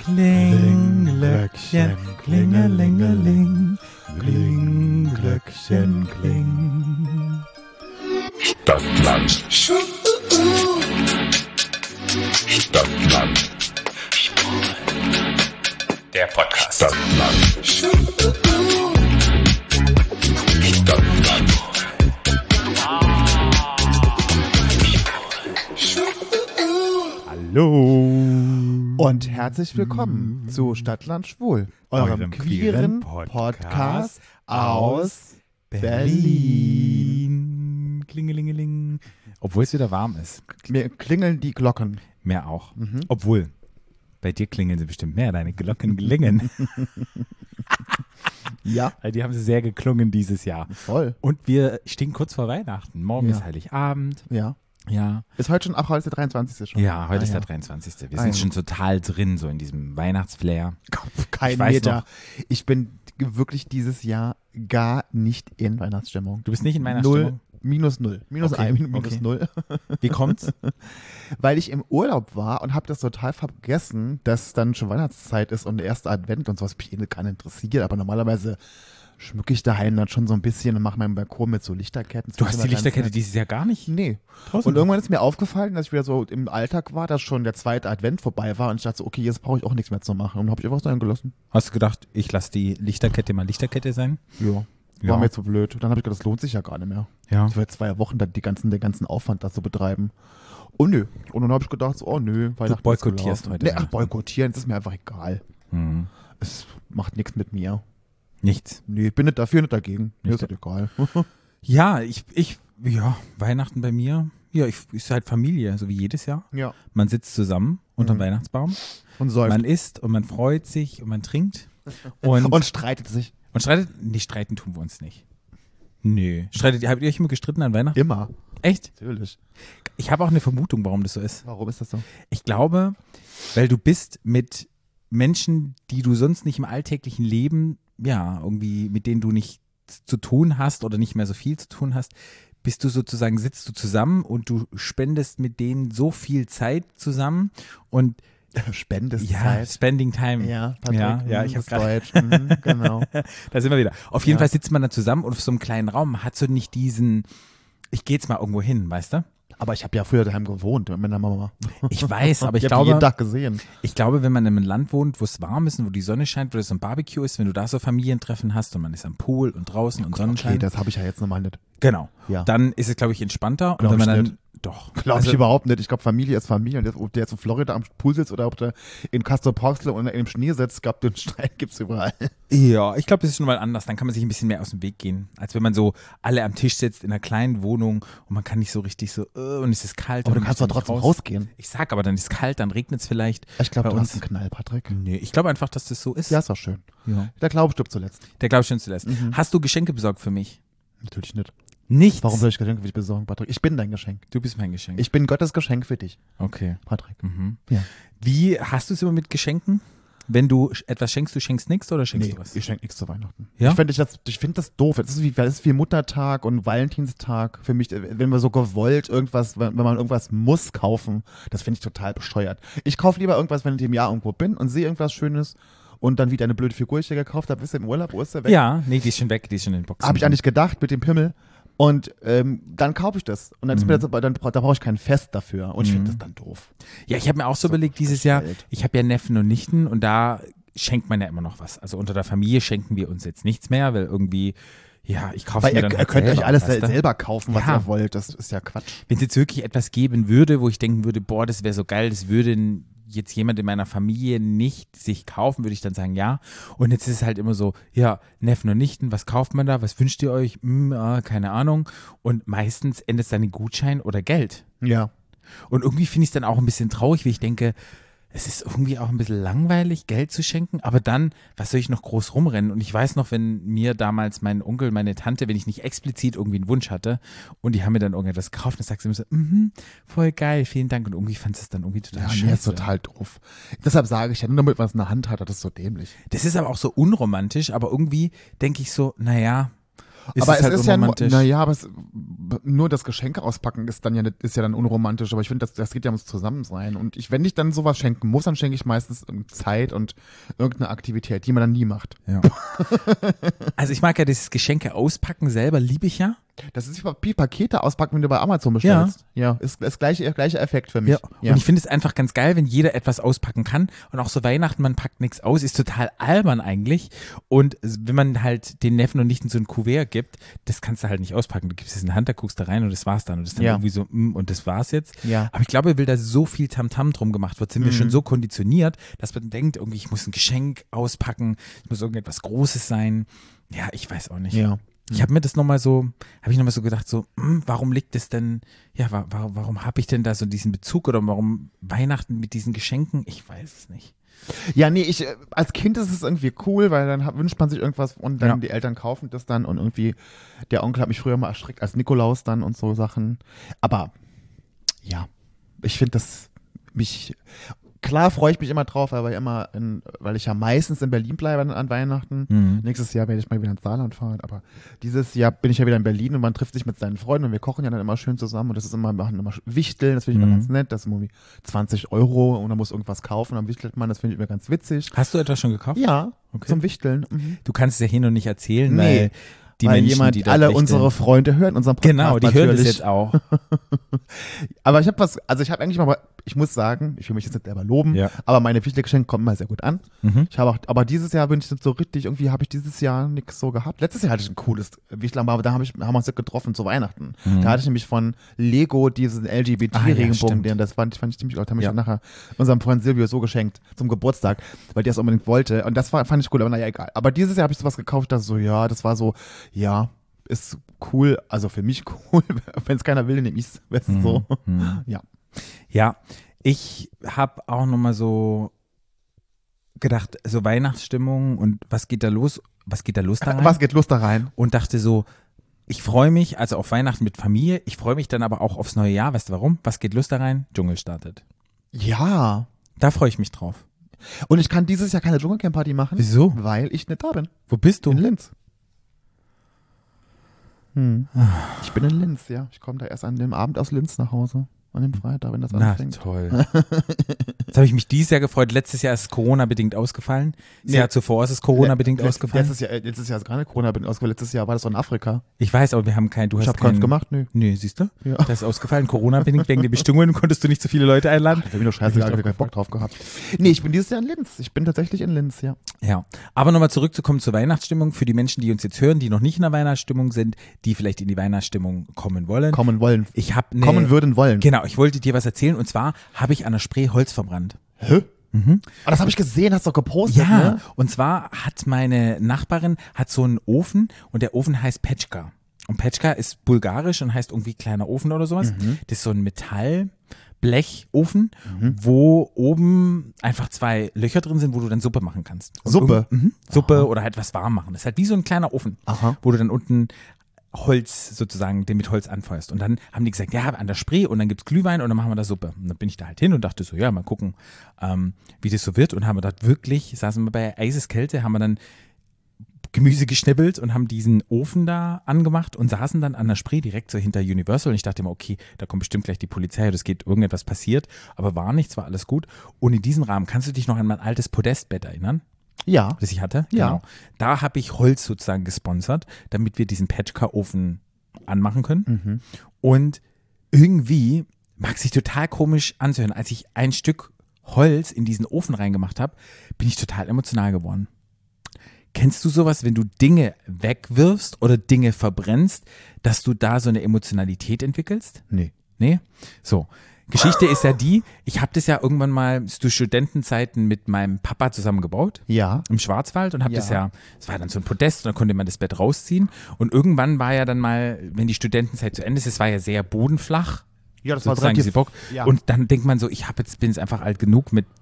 Kling, Glöckchen, klingelingeling, kling, Glöckchen, kling. Stadtland. Stadtland. Der Podcast. Stadtland. Stadtland. Hallo und herzlich willkommen zu Stadtland Schwul, eurem queeren Podcast aus Berlin. Klingelingeling. Obwohl es wieder warm ist. Mir klingeln die Glocken. Mehr auch. Obwohl, bei dir klingeln sie bestimmt mehr, deine Glocken gelingen. Ja. Weil die haben sie sehr geklungen dieses Jahr. Voll. Und wir stehen kurz vor Weihnachten. Morgen ist Heiligabend. Ja. Ja. Ist heute schon, heute ist der 23. schon. Ja, heute ist der 23. Wir sind schon total drin, so in diesem Weihnachtsflair. Kein Meter. Ich bin wirklich dieses Jahr gar nicht in Weihnachtsstimmung. Du bist nicht in Weihnachtsstimmung? Minus 0. Minus Okay, 1, minus okay. 0. Wie kommt's? Weil ich im Urlaub war und habe das total vergessen, dass dann schon Weihnachtszeit ist und der erste Advent und sowas mich keinen interessiert. Aber normalerweise schmücke ich daheim dann schon so ein bisschen und mache meinen Balkon mit so Lichterketten. Du hast die Lichterkette dieses Jahr gar nicht? Nee. Draußen? Und irgendwann ist mir aufgefallen, dass ich wieder so im Alltag war, dass schon der zweite Advent vorbei war und ich dachte so, okay, jetzt brauche ich auch nichts mehr zu machen. Und dann habe ich einfach sein gelassen. Hast du gedacht, ich lasse die Lichterkette mal Lichterkette sein? Ja. War mir zu blöd. Dann habe ich gedacht, das lohnt sich ja gar nicht mehr. Ja. Ich werde 2 Wochen dann den ganzen Aufwand da zu betreiben. Und nö. Und dann habe ich gedacht, so, oh nö, Weihnachten boykottierst heute. Nee, boykottieren, das ist mir einfach egal. Mhm. Es macht nichts mit mir. Nichts. Nee, ich bin nicht dafür, nicht dagegen. Mir Nicht ist das egal. Ja, Weihnachten bei mir, ist halt Familie, so wie jedes Jahr. Ja. Man sitzt zusammen unterm Weihnachtsbaum, Und säuft. man isst und man freut sich und man trinkt. Und streitet sich. streitet, nee, streiten tun wir uns nicht. Nö. Habt ihr euch immer gestritten an Weihnachten? Immer. Echt? Natürlich. Ich habe auch eine Vermutung, warum das so ist. Warum ist das so? Ich glaube, weil du bist mit Menschen, die du sonst nicht im alltäglichen Leben, irgendwie mit denen du nichts zu tun hast oder nicht mehr so viel zu tun hast, sitzt du zusammen und du spendest mit denen so viel Zeit zusammen und Spendeszeit. Spending Time. Ja, Patrick, Ja, ich habe gerade Deutsch. Genau. Da sind wir wieder. Auf jeden Fall sitzt man da zusammen und auf so einem kleinen Raum hat so nicht diesen, ich gehe jetzt mal irgendwo hin, weißt du? Aber ich habe ja früher daheim gewohnt mit meiner Mama. Ich weiß, aber ich habe glaube, jeden Tag gesehen. Ich glaube, wenn man in einem Land wohnt, wo es warm ist und wo die Sonne scheint, wo es so ein Barbecue ist, wenn du da so Familientreffen hast und man ist am Pool und draußen und Sonnenschein. Okay, das habe ich ja jetzt nochmal nicht. Genau. Ja. Dann ist es, glaube ich, entspannter. Glaub und wenn ich man dann nicht. doch. Glaube ich überhaupt nicht. Ich glaube, Familie ist Familie. Und ob der jetzt in Florida am Pool sitzt oder ob der in Castor Porksle und im Schnee sitzt, gab den Streit gibt es überall. Ja, ich glaube, das ist schon mal anders. Dann kann man sich ein bisschen mehr aus dem Weg gehen, als wenn man so alle am Tisch sitzt in einer kleinen Wohnung und man kann nicht so richtig so, und es ist kalt. Aber und du kannst doch trotzdem rausgehen. Ich sag aber, dann ist es kalt, dann regnet es vielleicht. Ich glaube, Bei du uns- hast einen Knall, Patrick. Nee, ich glaube einfach, dass das so ist. Ja, ist doch schön. Ja. Der Glaube stirbt zuletzt. Der glaube ich schon zuletzt. Hast du Geschenke besorgt für mich? Natürlich nicht. Nichts. Warum soll ich Geschenke für dich besorgen, Patrick? Ich bin dein Geschenk. Du bist mein Geschenk. Ich bin Gottes Geschenk für dich, Okay. Patrick. Mhm. Ja. Wie hast du es immer mit Geschenken? Wenn du etwas schenkst, du schenkst nichts oder schenkst Nee, du was? ich schenke nichts zu Weihnachten. Ja? Ich finde das doof. Das ist wie Muttertag und Valentinstag für mich, wenn man so gewollt irgendwas, wenn man irgendwas muss kaufen, das finde ich total bescheuert. Ich kaufe lieber irgendwas, wenn ich im Jahr irgendwo bin und sehe irgendwas Schönes und dann wieder eine blöde Figur, die ich dir gekauft habe, bist du im Urlaub, wo ist der weg? Ja, nee, die ist schon weg, die ist schon in den Boxen. Habe ich eigentlich gedacht mit dem Pimmel. Und dann kaufe ich das. Und dann ist mir das, da brauche ich kein Fest dafür. Und ich finde das dann doof. Ja, ich habe mir auch so überlegt dieses Jahr, ich habe ja Neffen und Nichten und da schenkt man ja immer noch was. Also unter der Familie schenken wir uns jetzt nichts mehr, weil irgendwie, ich kaufe Weil mir ihr dann halt könnt selber, euch alles weißt du? selber kaufen, was Ja. ihr wollt. Das ist ja Quatsch. Wenn es jetzt wirklich etwas geben würde, wo ich denken würde, boah, das wäre so geil, das würde jetzt jemand in meiner Familie nicht sich kaufen, würde ich dann sagen, ja. Und jetzt ist es halt immer so, Neffen und Nichten, was kauft man da? Was wünscht ihr euch? Keine Ahnung. Und meistens endet es dann in Gutschein oder Geld. Ja. Und irgendwie finde ich es dann auch ein bisschen traurig, wie ich denke, es ist irgendwie auch ein bisschen langweilig, Geld zu schenken, aber dann, was soll ich noch groß rumrennen? Und ich weiß noch, wenn mir damals mein Onkel, meine Tante, wenn ich nicht explizit irgendwie einen Wunsch hatte und die haben mir dann irgendetwas gekauft, dann sagst du immer so, voll geil, vielen Dank. Und irgendwie fand es dann irgendwie total scheiße. Mir ist total doof. Deshalb sage ich ja, nur damit man es in der Hand hat, das ist so dämlich. Das ist aber auch so unromantisch, aber irgendwie denke ich so, naja, ist aber es halt ist ja unromantisch. nur das Geschenke auspacken ist ja dann unromantisch, aber ich finde, das geht ja ums Zusammensein und wenn ich dann sowas schenken muss, dann schenke ich meistens Zeit und irgendeine Aktivität, die man dann nie macht. Ja. Also ich mag ja dieses Geschenke auspacken selber, liebe ich ja. Das ist wie Pakete auspacken, wenn du bei Amazon bestellst. Ja, ist das gleiche Effekt für mich. Und ich finde es einfach ganz geil, wenn jeder etwas auspacken kann und auch so Weihnachten, man packt nichts aus, ist total albern eigentlich und wenn man halt den Neffen und Nichten so ein Kuvert gibt, das kannst du halt nicht auspacken, du gibst es in die Hand, da guckst du rein und das war's dann und das ist dann irgendwie so, und das war's jetzt. Ja. Aber ich glaube, weil da so viel Tamtam drum gemacht wird, sind wir schon so konditioniert, dass man denkt, irgendwie ich muss ein Geschenk auspacken, es muss irgendetwas Großes sein. Ja, ich weiß auch nicht. Ja. Ich habe mir das nochmal so gedacht, so, warum liegt es denn, ja, warum habe ich denn da so diesen Bezug oder warum Weihnachten mit diesen Geschenken? Ich weiß es nicht. Ja, nee, als Kind ist es irgendwie cool, weil dann wünscht man sich irgendwas und dann die Eltern kaufen das dann und irgendwie, der Onkel hat mich früher mal erschreckt als Nikolaus dann und so Sachen. Aber ja, ich finde klar freue ich mich immer drauf, weil ich ja meistens in Berlin bleibe an Weihnachten. Nächstes Jahr werde ich mal wieder ins Saarland fahren, aber dieses Jahr bin ich ja wieder in Berlin und man trifft sich mit seinen Freunden und wir kochen ja dann immer schön zusammen und das ist wir machen immer Wichteln, das finde ich immer ganz nett, das ist irgendwie 20 € und man muss irgendwas kaufen, dann wichtelt man, das finde ich immer ganz witzig. Hast du etwas schon gekauft? Ja, Okay. zum Wichteln. Mhm. Du kannst es ja hier noch nicht erzählen, Nee, weil die weil Menschen, die dort alle wichteln- unsere Freunde hören unseren Podcast Genau, die natürlich. hören das jetzt auch. Aber ich habe eigentlich mal, ich muss sagen, ich will mich jetzt nicht selber loben, Ja. aber meine Wichtelgeschenke kommen mal sehr gut an. Ich habe aber dieses Jahr bin ich nicht so richtig, irgendwie habe ich dieses Jahr nichts so gehabt. Letztes Jahr hatte ich ein cooles Wichtel, aber da haben wir uns ja getroffen zu Weihnachten. Da hatte ich nämlich von Lego diesen LGBT-Regenbogen, stimmt. das fand ich ziemlich gut. Da habe ich Ja. nachher unserem Freund Silvio so geschenkt zum Geburtstag, weil der es unbedingt wollte. Und das fand ich cool, aber naja, egal. Aber dieses Jahr habe ich sowas gekauft, das war so, ist cool, also für mich cool, wenn es keiner will, nehme ich es so. Ja. Ja, ich habe auch nochmal so gedacht, so Weihnachtsstimmung und was geht da los da rein? Was geht los da rein? Und dachte so, ich freue mich, also auf Weihnachten mit Familie, ich freue mich dann aber auch aufs neue Jahr, weißt du warum? Was geht los da rein? Dschungel startet. Ja. Da freue ich mich drauf. Und ich kann dieses Jahr keine Dschungelcamp-Party machen. Wieso? Weil ich nicht da bin. Wo bist du? In Linz. Ich bin in Linz, ja. Ich komme da erst an dem Abend aus Linz nach Hause. An dem Freitag, wenn das Na anfängt. toll. Jetzt habe ich mich dieses Jahr gefreut. Letztes Jahr ist es Corona-bedingt ausgefallen. Das Nee. Jahr zuvor ist es Corona-bedingt ausgefallen. Letztes Jahr ist gar nicht Corona ausgefallen. Letztes Jahr war das doch in Afrika. Ich weiß, aber wir haben keinen. Du Ich hast habe keins keinen gemacht, nö. Nee, siehst du? Ja. Das ist ausgefallen. Corona-bedingt wegen der Bestimmungen konntest du nicht so viele Leute einladen. Ich habe mir doch scheißegal, ich habe keinen Bock drauf gehabt. Nee, ich bin dieses Jahr in Linz. Ich bin tatsächlich in Linz, ja. Ja, aber nochmal zurückzukommen zur Weihnachtsstimmung. Für die Menschen, die uns jetzt hören, die noch nicht in der Weihnachtsstimmung sind, die vielleicht in die Weihnachtsstimmung kommen wollen. Kommen wollen. Ich habe Kommen würden wollen. Genau, ich wollte dir was erzählen und zwar habe ich an der Spree Holz verbrannt. Hä? Ah, das habe ich gesehen, hast du doch gepostet, Ja, ne? und zwar hat meine Nachbarin so einen Ofen und der Ofen heißt Petschka. Und Petschka ist bulgarisch und heißt irgendwie kleiner Ofen oder sowas. Das ist so ein Metallblechofen, wo oben einfach 2 Löcher drin sind, wo du dann Suppe machen kannst. Und Suppe? Suppe oder halt was warm machen. Das ist halt wie so ein kleiner Ofen, Aha. wo du dann unten Holz sozusagen, den mit Holz anfeuerst. Und dann haben die gesagt, ja, an der Spree und dann gibt's Glühwein und dann machen wir da Suppe. Und dann bin ich da halt hin und dachte so, ja, mal gucken, wie das so wird. Und haben wir dort wirklich, saßen wir bei Eiseskälte, haben wir dann Gemüse geschnibbelt und haben diesen Ofen da angemacht und saßen dann an der Spree direkt so hinter Universal. Und ich dachte immer, okay, da kommt bestimmt gleich die Polizei oder es geht irgendetwas passiert. Aber war nichts, war alles gut. Und in diesem Rahmen, kannst du dich noch an mein altes Podestbett erinnern? Ja. Das ich hatte? Ja. Genau. Da habe ich Holz sozusagen gesponsert, damit wir diesen Petschka-Ofen anmachen können. Und irgendwie mag sich total komisch anzuhören. Als ich ein Stück Holz in diesen Ofen reingemacht habe, bin ich total emotional geworden. Kennst du sowas, wenn du Dinge wegwirfst oder Dinge verbrennst, dass du da so eine Emotionalität entwickelst? Nee. Nee? So. Geschichte ist ja die, ich habe das ja irgendwann mal zu Studentenzeiten mit meinem Papa zusammen gebaut. Ja. Im Schwarzwald und habe Ja. es war dann so ein Podest und dann konnte man das Bett rausziehen. Und irgendwann war ja dann mal, wenn die Studentenzeit zu Ende ist, es war ja sehr bodenflach. Ja, das war Sozusagen relativ, diese Bock. ja. Und dann denkt man so, bin jetzt einfach alt genug, mit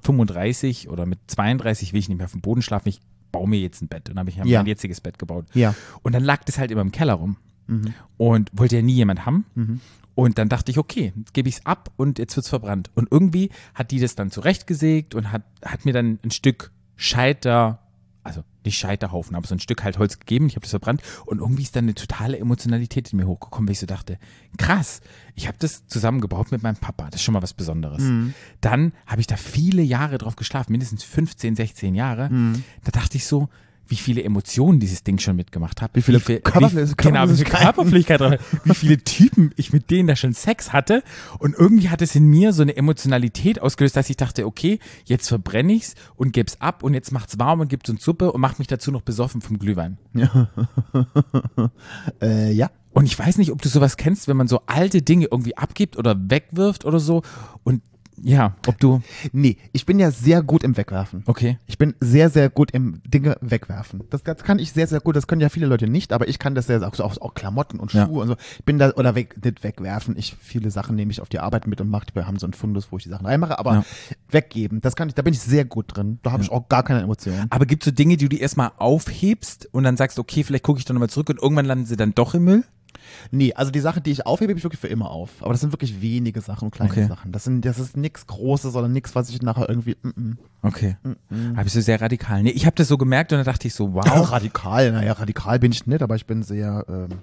35 oder mit 32 will ich nicht mehr auf dem Boden schlafen, ich baue mir jetzt ein Bett. Und dann habe ich ja Ja. mein jetziges Bett gebaut. Ja. Und dann lag das halt immer im Keller rum. Und wollte ja nie jemand haben. Und dann dachte ich, okay, jetzt gebe ich es ab und jetzt wird es verbrannt. Und irgendwie hat die das dann zurechtgesägt und hat mir dann ein Stück Scheiter also nicht Scheiterhaufen, aber so ein Stück halt Holz gegeben. Ich habe das verbrannt und irgendwie ist dann eine totale Emotionalität in mir hochgekommen, weil ich so dachte, krass, ich habe das zusammengebaut mit meinem Papa. Das ist schon mal was Besonderes. Dann habe ich da viele Jahre drauf geschlafen, mindestens 15, 16 Jahre. Da dachte ich so, wie viele Emotionen dieses Ding schon mitgemacht hat. Wie viele Körperflüssigkeit drauf hat. Wie viele Typen ich mit denen da schon Sex hatte. Und irgendwie hat es in mir so eine Emotionalität ausgelöst, dass ich dachte, okay, jetzt verbrenne ich's und geb's ab und jetzt macht's warm und gibt's uns Suppe und macht mich dazu noch besoffen vom Glühwein. Ja. Und ich weiß nicht, ob du sowas kennst, wenn man so alte Dinge irgendwie abgibt oder wegwirft oder so. Und ja, ob du. Nee, ich bin ja sehr gut im Wegwerfen. Okay. Ich bin sehr, sehr gut im Dinge wegwerfen. Das kann ich sehr, sehr gut. Das können ja viele Leute nicht, aber ich kann das sehr, auch Klamotten und Schuhe Ja. und so. Ich bin da, oder nicht wegwerfen. Viele Sachen nehme ich auf die Arbeit mit und wir haben so einen Fundus, wo ich die Sachen reinmache, aber weggeben, da bin ich sehr gut drin. Da habe ich auch gar keine Emotionen. Aber gibt es so Dinge, die du dir erstmal aufhebst und dann sagst, okay, vielleicht gucke ich dann nochmal zurück und irgendwann landen sie dann doch im Müll? Nee, also die Sachen, die ich aufhebe, hebe ich wirklich für immer auf. Aber das sind wirklich wenige Sachen und kleine Sachen. Das ist nichts Großes oder nichts, was ich nachher irgendwie. Okay. Habe ich so sehr radikal. Nee, ich habe das so gemerkt und dann dachte ich so, wow. Radikal bin ich nicht, aber ich bin sehr,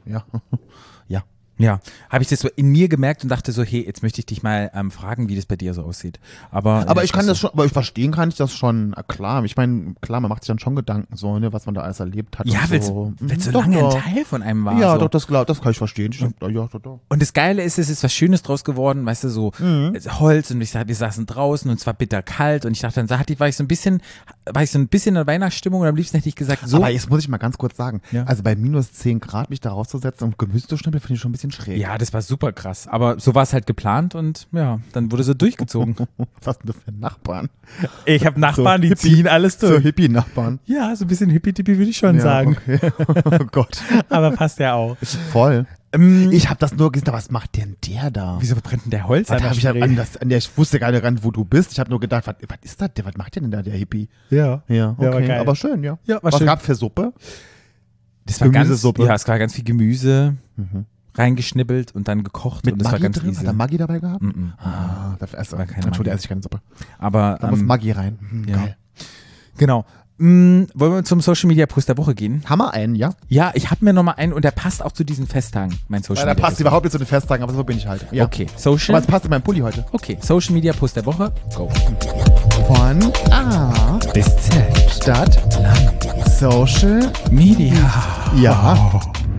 ja. Ja, habe ich das so in mir gemerkt und dachte so, hey, jetzt möchte ich dich mal fragen, wie das bei dir so aussieht. Aber ich kann das schon, aber ich verstehen kann ich das schon, klar. Ich meine, klar, man macht sich dann schon Gedanken, so, ne, was man da alles erlebt hat. Ja, und weil so. so lange ein Teil von einem war. Ja, so. doch, das kann ich verstehen. Ja. Und das Geile ist, es ist was Schönes draus geworden, weißt du, so Holz und wir saßen draußen und es war bitterkalt und ich dachte, dann war ich so ein bisschen in der Weihnachtsstimmung und am liebsten hätte ich gesagt, so. Aber jetzt muss ich mal ganz kurz sagen, Ja. also bei minus 10 Grad mich da rauszusetzen und Gemüse zu schnippeln, finde ich schon ein bisschen schräg. Ja, das war super krass. Aber so war es halt geplant und ja, dann wurde so durchgezogen. Was hast du denn für Nachbarn? Ich habe Nachbarn, So die ziehen alles So durch. Hippie-Nachbarn. Ja, so ein bisschen hippie-tippie würde ich schon sagen. Okay. Oh Gott. Aber passt ja auch. Voll. Ich habe das nur gesehen, was macht denn der da? Wieso verbrennt denn der Holz? Was hab ich wusste gar nicht, wo du bist. Ich habe nur gedacht, was ist das? Was macht der denn da, der Hippie? Ja. Ja, war okay. geil. Aber schön, ja. Ja, war Was schön. gab für Suppe? Das war Gemüsesuppe. es war ganz viel Gemüse reingeschnibbelt und dann gekocht und das war Maggi ganz drin? easy. Hat er Maggi dabei gehabt? Mhm. Dafür esse War keine Entschuldigung, Maggi. esse ich keine Suppe. Aber Da muss Maggi rein. ja. Geil. Genau. Wollen wir zum Social Media Post der Woche gehen? Hammer einen, ja? Ja, ich habe mir nochmal einen und der passt auch zu diesen Festtagen, mein Social Ja, der Media passt Post. überhaupt nicht zu den Festtagen, aber so bin ich halt. Ja. Okay, Social. Aber es passt in meinen Pulli heute. Okay, Social Media Post der Woche. Go. Von A Bis Z. Stadt Social. Media. Ja.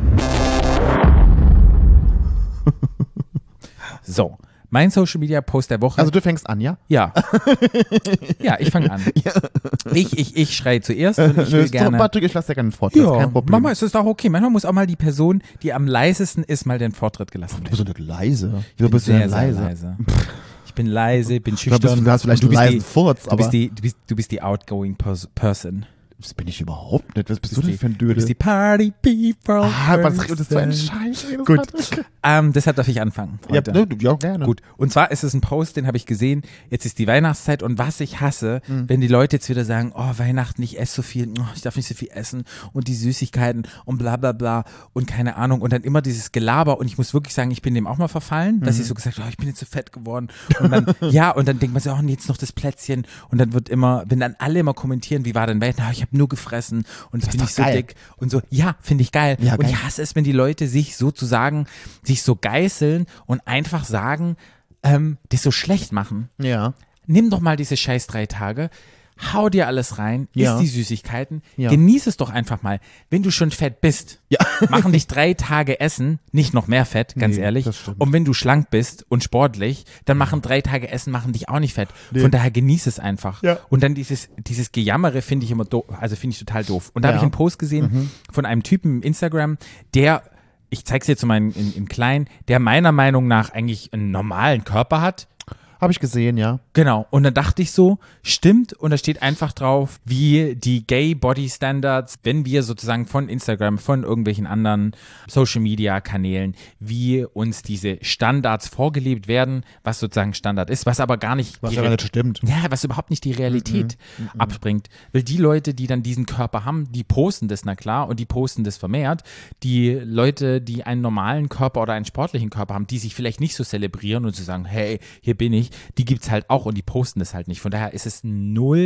So, mein Social Media Post der Woche. Also du fängst an, ja? ja. Ja, ich fange an. Ich schreie zuerst und ich will gerne. Patrick, ich lasse dir gerne einen Vortritt. Ja, Kein Problem. Mama, ist das doch okay. Manchmal muss auch mal die Person, die am leisesten ist, mal den Vortritt gelassen Du werden. bist doch nicht leise. Wieso Ich bin bist du denn sehr, sehr leise? Ich bin leise, bin Du schüchtern. hast vielleicht und einen leisen Furz, du aber bist die outgoing Person. das bin ich überhaupt nicht. Was bist du Du denn bist für ein Du bist Dödel? die Party People. Was redest du so ein Scheiß? Gut. Deshalb darf ich anfangen Ja, heute. ne, ja, gerne. Gut, und zwar ist es ein Post, den habe ich gesehen, jetzt ist die Weihnachtszeit und was ich hasse, wenn die Leute jetzt wieder sagen, oh Weihnachten, ich esse so viel, oh, ich darf nicht so viel essen und die Süßigkeiten und bla bla bla und keine Ahnung und dann immer dieses Gelaber und ich muss wirklich sagen, ich bin dem auch mal verfallen, dass ich so gesagt habe, oh, ich bin jetzt so fett geworden und dann, ja, und dann denkt man so, oh, und jetzt noch das Plätzchen und dann wenn dann alle immer kommentieren, wie war denn Weihnachten, oh, ich habe nur gefressen und jetzt bin ich doch so geil. dick und so, ja, finde ich geil Ja, und geil. ich hasse es, wenn die Leute sich sozusagen, sich so geißeln und einfach sagen, das so schlecht machen. Ja. Nimm doch mal diese scheiß 3 Tage, hau dir alles rein, Ja. isst die Süßigkeiten, Ja. genieß es doch einfach mal. Wenn du schon fett bist, Ja. machen dich 3 Tage Essen, nicht noch mehr Fett, ganz Nee, ehrlich. das stimmt. Und wenn du schlank bist und sportlich, dann machen 3 Tage Essen, machen dich auch nicht fett. Von daher genieß es einfach. Ja. Und dann dieses Gejammere finde ich immer doof, also finde ich total doof. Und da habe Ja. ich einen Post gesehen von einem Typen im Instagram, der, ich zeig's jetzt mal in klein, der meiner Meinung nach eigentlich einen normalen Körper hat. Habe ich gesehen, ja. Genau. Und dann dachte ich so, stimmt. Und da steht einfach drauf, wie die Gay Body Standards, wenn wir sozusagen von Instagram, von irgendwelchen anderen Social Media Kanälen, wie uns diese Standards vorgelebt werden, was sozusagen Standard ist, was aber gar nicht, Was ja nicht stimmt. ja, was überhaupt nicht die Realität abspringt. Weil die Leute, die dann diesen Körper haben, die posten das, na klar, und die posten das vermehrt. Die Leute, die einen normalen Körper oder einen sportlichen Körper haben, die sich vielleicht nicht so zelebrieren und zu sagen, hey, hier bin ich, die gibt's halt auch und die posten das halt nicht. Von daher ist es 0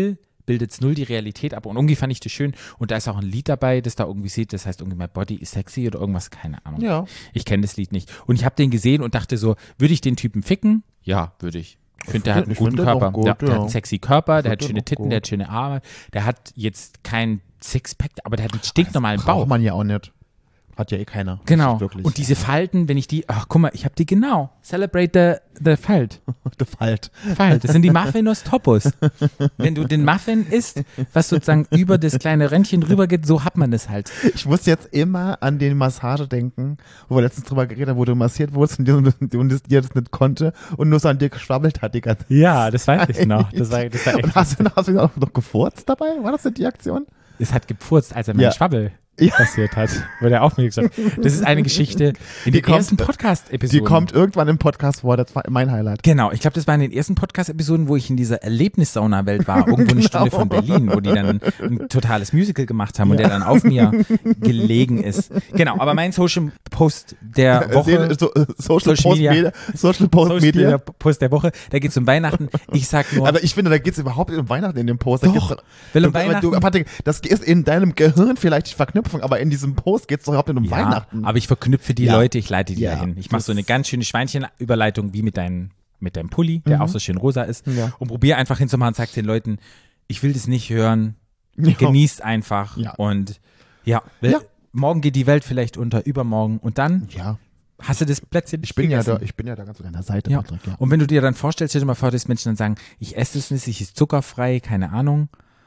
bildet es null die Realität ab. Und irgendwie fand ich das schön. Und da ist auch ein Lied dabei, das da irgendwie sieht, das heißt irgendwie My Body is Sexy oder irgendwas, keine Ahnung. Ja. Ich kenne das Lied nicht. Und ich habe den gesehen und dachte so, würde ich den Typen ficken? Ja, würde ich. Ich finde, der hat einen guten Körper. Der hat einen sexy Körper, der hat schöne Titten, der hat schöne Arme. Der hat jetzt kein Sixpack, aber der hat einen stinknormalen Bauch. Braucht man ja auch nicht. Hat ja eh keiner. Genau. Wirklich. Und diese Falten, wenn ich die, ach guck mal, ich habe die genau. Celebrate the Falt. Der Falt. Falt. Das sind die Muffinos Topos. Wenn du den Muffin isst, was sozusagen über das kleine Rändchen rüber geht, so hat man es halt. Ich muss jetzt immer an den Massage denken, wo wir letztens drüber geredet haben, wo du massiert wurdest und dir das nicht konnte und nur so an dir geschwabbelt hat die ganze Zeit. Ja, das weiß ich noch. Das war echt Und hast du auch noch gefurzt dabei? War das nicht die Aktion? Es hat gepfurzt, als er meinen Ja. Schwabbel Ja. passiert hat. Wurde er auf mir gesagt. Das ist eine Geschichte in den ersten Podcast-Episoden. Die kommt irgendwann im Podcast vor, das war mein Highlight. Genau, ich glaube, das war in den ersten Podcast-Episoden, wo ich in dieser Erlebnissauna-Welt war, irgendwo eine Stunde von Berlin, wo die dann ein totales Musical gemacht haben und der dann auf mir gelegen ist. Genau, aber mein Social-Post der Woche, Social Post Media. Post Media. Post der Woche, da geht es um Weihnachten. Ich sag nur, Aber ich finde, da geht es überhaupt nicht um Weihnachten in dem Post. Doch, weil um Weihnachten- Patrick, das ist in deinem Gehirn vielleicht die Verknüpfung, aber in diesem Post geht es doch überhaupt nicht um ja, Weihnachten. aber ich verknüpfe die Ja. Leute, ich leite die Ja. dahin. Ich mache so eine ganz schöne Schweinchenüberleitung wie mit deinem Pulli, der auch so schön rosa ist, Ja. und probiere einfach hinzumachen und sag den Leuten, ich will das nicht hören, Ja. genießt einfach Ja. und ja, weil Ja. morgen geht die Welt vielleicht unter, übermorgen und dann Ja, hast du das Plätzchen ich bin ja gegessen. da ganz auf deiner Seite, Ja. Patrick. Ja. Und wenn du dir dann vorstellst, stell dir mal vor, dass Menschen dann sagen, ich esse es nicht, ich ist zuckerfrei, keine Ahnung.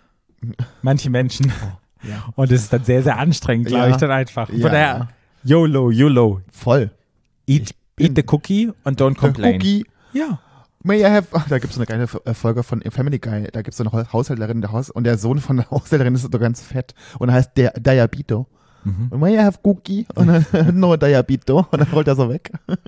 Manche Menschen. Ja. Und das ist dann sehr, sehr anstrengend, glaube Ja. ich, dann einfach. Von Ja. daher, YOLO. Voll. Eat the cookie and don't complain. Cookie. Ja. May I have, da gibt es eine geile Folge von Family Guy, da gibt es eine Haushälterin und der Sohn von der Haushälterin ist so ganz fett und heißt der Diabito. Und may I have Cookie? Und dann no Diabito und dann rollt er so weg.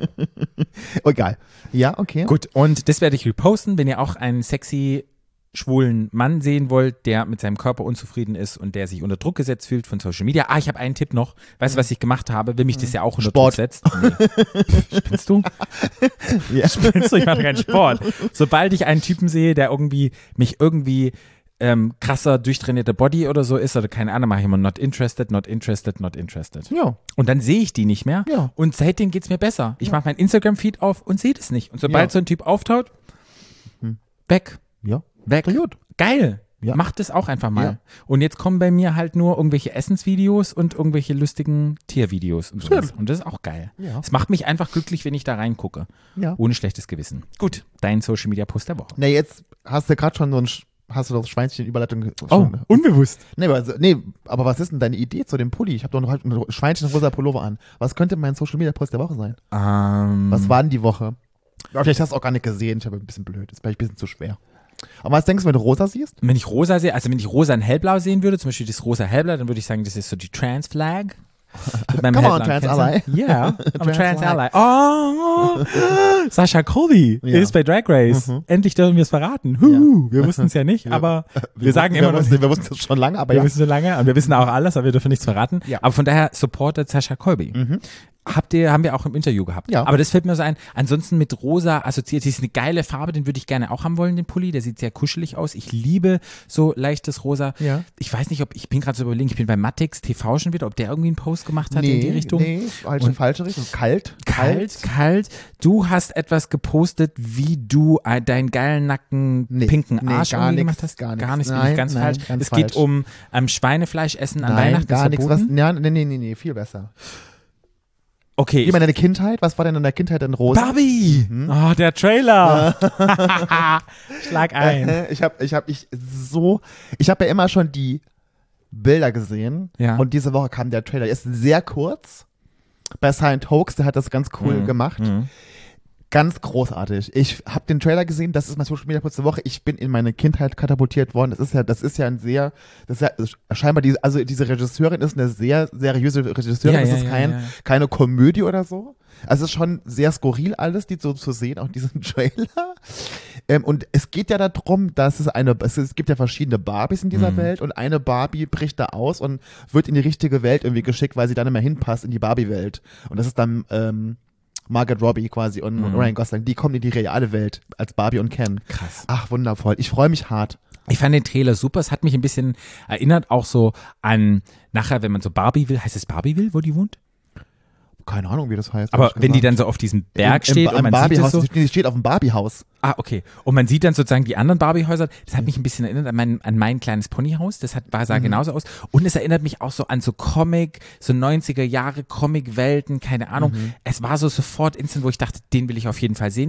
Egal. Ja, okay. Gut, und das werde ich reposten, wenn ihr auch einen sexy schwulen Mann sehen wollt, der mit seinem Körper unzufrieden ist und der sich unter Druck gesetzt fühlt von Social Media. Ich habe einen Tipp noch. Weißt du, was ich gemacht habe? Will mich das ja auch unter Sport. Druck setzt? Nee. Spinnst du? Ja. Spinnst du? Ich mache keinen Sport. Sobald ich einen Typen sehe, der mich irgendwie krasser durchtrainierter Body oder so ist oder keine Ahnung, mache ich immer not interested. Ja. Und dann sehe ich die nicht mehr. Ja. Und seitdem geht es mir besser. Ich mache mein Instagram-Feed auf und sehe das nicht. Und sobald Ja. so ein Typ auftaucht, weg. Ja. Weg. Gut. Geil. Ja. Macht es auch einfach mal. Ja. Und jetzt kommen bei mir halt nur irgendwelche Essensvideos und irgendwelche lustigen Tiervideos und sowas. Und das ist auch geil. Ja. Es macht mich einfach glücklich, wenn ich da reingucke. Ja. Ohne schlechtes Gewissen. Gut, dein Social Media Post der Woche. Na, jetzt hast du gerade schon hast du das Schweinchen-Überleitung Oh, schon. unbewusst. Nee, aber was ist denn deine Idee zu dem Pulli? Ich habe doch noch ein Schweinchen-rosa Pullover an. Was könnte mein Social-Media-Post der Woche sein? Was war denn die Woche? Aber vielleicht hast du auch gar nicht gesehen. Ich habe ein bisschen blöd. Ist vielleicht ein bisschen zu schwer. Aber was denkst du, wenn du rosa siehst? Wenn ich rosa sehe, also wenn ich rosa in hellblau sehen würde, zum Beispiel das rosa hellblau, dann würde ich sagen, das ist so die Trans-Flag. Come on, Trans-Ally. Ja, I'm a Trans-Ally. Trans-Ally. Oh, Sascha Colby Ja. ist bei Drag Race. Endlich dürfen wir es verraten. Wir wussten es ja nicht, aber wir sagen immer noch, Wir wussten es schon lange, aber wir ja. wissen so lange und wir wissen auch alles, aber wir dürfen nichts verraten. Ja. Aber von daher supportet Sascha Colby. Haben wir auch im Interview gehabt. Ja. Aber das fällt mir so ein. Ansonsten mit rosa assoziiert, das ist eine geile Farbe, den würde ich gerne auch haben wollen, den Pulli. Der sieht sehr kuschelig aus. Ich liebe so leichtes Rosa. Ja. Ich weiß nicht, ich bin gerade so überlegen, ich bin bei Mattix TV schon wieder, ob der irgendwie einen Post gemacht hat in die Richtung. Nee, falsche Richtung. Kalt. Kalt. Du hast etwas gepostet, wie du deinen geilen, nackten, pinken Arsch gar irgendwie nix, gemacht hast. gar Gar nix. nichts, bin ich Nein, ganz nein, falsch. ganz Es geht falsch. um Schweinefleisch essen an Nein, Weihnachten. gar ist nichts. verboten. Nee, viel besser. Okay. Ich meine, deine Kindheit, was war denn in der Kindheit denn rosa? Barbie! Oh, der Trailer! Schlag ein. Ich habe ja immer schon die Bilder gesehen Ja. und diese Woche kam der Trailer. Er ist sehr kurz. Bei Silent Hoax, der hat das ganz cool gemacht. Ganz großartig. Ich habe den Trailer gesehen, das ist mein Social Media Post der Woche. Ich bin in meine Kindheit katapultiert worden. Das ist ja scheinbar diese Regisseurin ist eine sehr seriöse Regisseurin. Das ist keine Komödie oder so. Also es ist schon sehr skurril alles, die so zu sehen, auch diesen Trailer. Und es geht ja darum, dass es gibt ja verschiedene Barbies in dieser Welt und eine Barbie bricht da aus und wird in die richtige Welt irgendwie geschickt, weil sie dann nicht mehr hinpasst in die Barbie-Welt. Und das ist dann Margot Robbie quasi und Ryan Gosling, die kommen in die reale Welt als Barbie und Ken. Krass. Ach, wundervoll. Ich freue mich hart. Ich fand den Trailer super. Es hat mich ein bisschen erinnert auch so an, nachher, wenn man so Barbieville, heißt es Barbieville, wo die wohnt? Keine Ahnung, wie das heißt. Aber wenn die dann so auf diesem Berg steht und man sieht es so. Die steht auf dem Barbiehaus. Ah, okay. Und man sieht dann sozusagen die anderen Barbiehäuser. Das hat mich ein bisschen erinnert an mein kleines Ponyhaus. Das sah genauso aus. Und es erinnert mich auch so an so Comic, so 90er Jahre Comic-Welten, keine Ahnung. Es war so sofort instant, wo ich dachte, den will ich auf jeden Fall sehen.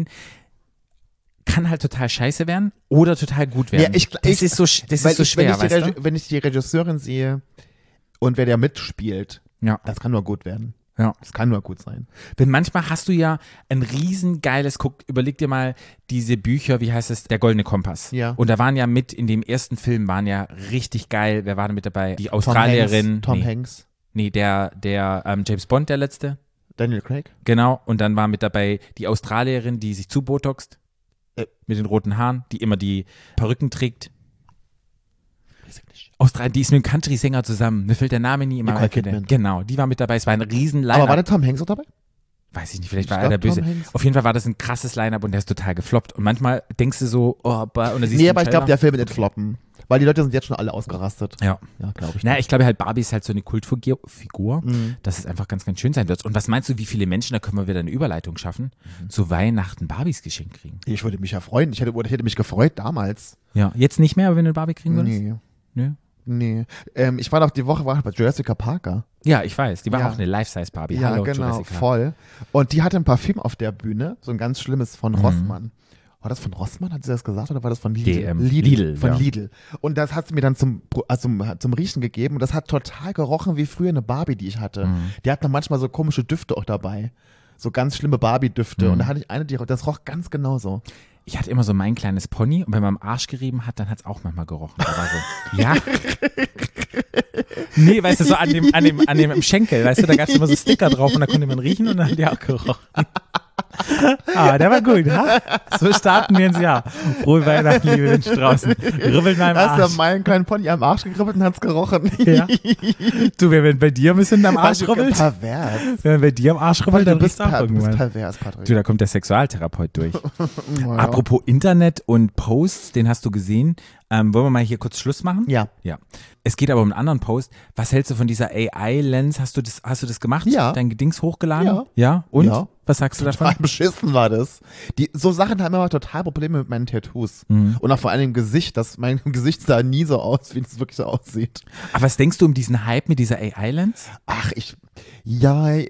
Kann halt total scheiße werden oder total gut werden. Ja, das ist so schwer, weißt du? Wenn ich die Regisseurin sehe und wer da mitspielt, Ja. das kann nur gut werden. Ja. Das kann nur gut sein. Denn manchmal hast du ja ein riesengeiles, überleg dir mal diese Bücher, wie heißt es, Der Goldene Kompass. Ja. Und da waren ja in dem ersten Film waren ja richtig geil, wer war da mit dabei? Die Australierin. Tom Hanks. Nee, der James Bond, der letzte. Daniel Craig. Genau, und dann war mit dabei die Australierin, die sich zubotoxt, mit den roten Haaren, die immer die Perücken trägt. Australien, die ist mit dem Country-Sänger zusammen. Mir fällt der Name nie immer Nicole ein. Kidman. Genau, die war mit dabei. Es war ein riesen Line-Up. Aber war der Tom Hanks auch dabei? Weiß ich nicht, vielleicht war Ich er der glaub, Böse. Tom Hanks. Auf jeden Fall war das ein krasses Line-Up und der ist total gefloppt. Und manchmal denkst du so, oh, und dann siehst Nee, du aber den ich glaube, Trailer. der Film wird nicht floppen. Weil die Leute sind jetzt schon alle ausgerastet. Ja. Ja, glaube ich. Naja, ich glaube halt, Barbie ist halt so eine Kultfigur, Mhm. dass es einfach ganz, ganz schön sein wird. Und was meinst du, wie viele Menschen, da können wir wieder eine Überleitung schaffen, zu Weihnachten Barbies geschenkt kriegen? Ich würde mich ja freuen. Ich hätte mich gefreut damals. Ja, jetzt nicht mehr, aber wenn du eine Barbie kriegen würdest? Nee. Nö. Nee. Ich war doch die Woche bei Jurassic Parker. Ja, ich weiß, die war Ja. auch eine Life-Size-Barbie. Ja, Hallo, genau, Jurassic Park. voll. Und die hatte ein Parfüm auf der Bühne, so ein ganz schlimmes von Rossmann. War das von Rossmann, hat sie das gesagt, oder war das von Lidl? DM. Lidl, Von ja. Lidl. Und das hat sie mir dann zum Riechen gegeben und das hat total gerochen wie früher eine Barbie, die ich hatte. Die hat noch manchmal so komische Düfte auch dabei. So ganz schlimme Barbie-Düfte. Und da hatte ich eine, das roch ganz genauso. Ich hatte immer so mein kleines Pony und wenn man am Arsch gerieben hat, dann hat es auch manchmal gerochen. Da war so, ja. Nee, weißt du, so an dem Schenkel, weißt du, da gab es immer so Sticker drauf und da konnte man riechen und dann hat die auch gerochen. Ah, der war gut, ha? So starten wir ins Jahr. Frohe Weihnachten, liebe Menschen draußen. Ribbelt mal im Da hast Arsch. du meinen kleinen Pony am Arsch gegribbelt und hat's gerochen. Ja. Du, wenn bei dir ein bisschen am Arsch Was rubbelt, pervers. wenn bei dir am Arsch rubbelt, dann Du bist riecht's auch irgendwann. pervers, Patrick. Du, da kommt der Sexualtherapeut durch. Ja. Apropos Internet und Posts, den hast du gesehen. Wollen wir mal hier kurz Schluss machen? Ja. Ja. Es geht aber um einen anderen Post. Was hältst du von dieser AI-Lens? Hast du das gemacht? Ja. Dein Dings hochgeladen? Ja. Ja? Und? Ja. Was sagst du davon? Total beschissen war das. So Sachen haben immer total Probleme mit meinen Tattoos. Und auch vor allem im Gesicht, dass mein Gesicht sah nie so aus, wie es wirklich so aussieht. Aber was denkst du um diesen Hype mit dieser AI-Lens? Ach, ich meine,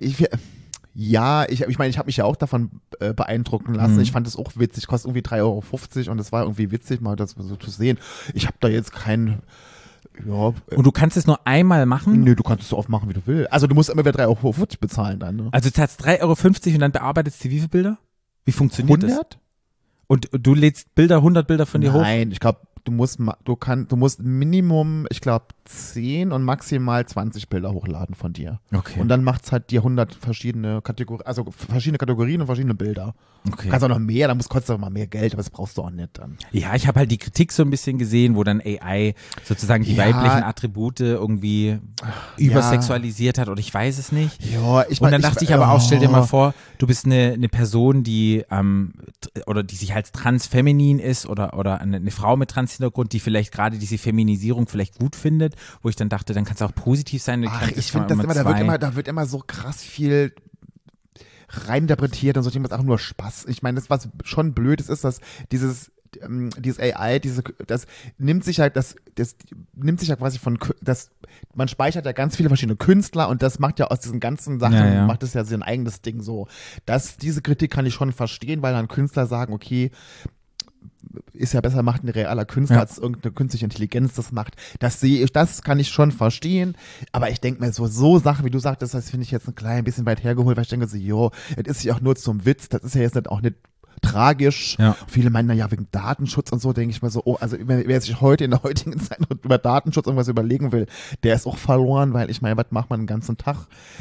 ich habe mich ja auch davon beeindrucken lassen. Ich fand es auch witzig, kostet irgendwie 3,50 € und es war irgendwie witzig, mal das so zu sehen. Ich habe da jetzt keinen, Und du kannst es nur einmal machen? nö, du kannst es so oft machen, wie du willst. Also du musst immer wieder 3,50 € bezahlen dann, ne? Also du zahlst 3,50 € und dann bearbeitest du wie viele Bilder? Wie funktioniert das? 100? Und du lädst 100 Bilder von dir hoch? Nein, ich glaube, du musst Minimum, ich glaube, 10 und maximal 20 Bilder hochladen von dir. Okay. Und dann macht's halt dir 100 verschiedene Kategorien, also verschiedene Kategorien und verschiedene Bilder. Okay. Du kannst auch noch mehr, dann kostet auch mal mehr Geld, aber das brauchst du auch nicht dann. Ja, ich habe halt die Kritik so ein bisschen gesehen, wo dann AI sozusagen die Ja. weiblichen Attribute irgendwie übersexualisiert hat oder ich weiß es nicht. Ja, Und dann dachte ich aber auch, stell dir mal vor, du bist eine Person, die oder die sich als transfeminin ist oder eine Frau mit Trans-Hintergrund, die vielleicht gerade diese Feminisierung vielleicht gut findet, wo ich dann dachte, dann kann es auch positiv sein. Du Ach, kannst ich es finde das immer immer, da wird immer so krass viel reininterpretiert und so, ich denke, das ist auch nur Spaß. Ich meine, das, was schon blöd ist, dass dieses AI, das nimmt sich halt quasi man speichert ja ganz viele verschiedene Künstler und das macht ja aus diesen ganzen Sachen, macht es ja sein eigenes Ding so. Diese Kritik kann ich schon verstehen, weil dann Künstler sagen, okay, ist ja besser, macht ein realer Künstler, als irgendeine künstliche Intelligenz das macht. Das kann ich schon verstehen, aber ich denke mir so Sachen, wie du sagtest, das finde ich jetzt ein klein bisschen weit hergeholt, weil ich denke so, das ist ja auch nur zum Witz, das ist ja jetzt nicht auch nicht tragisch. Ja. Viele meinen, naja, wegen Datenschutz und so, denke ich mir so, also wer sich heute in der heutigen Zeit noch über Datenschutz irgendwas überlegen will, der ist auch verloren, weil ich meine, was macht man den ganzen Tag?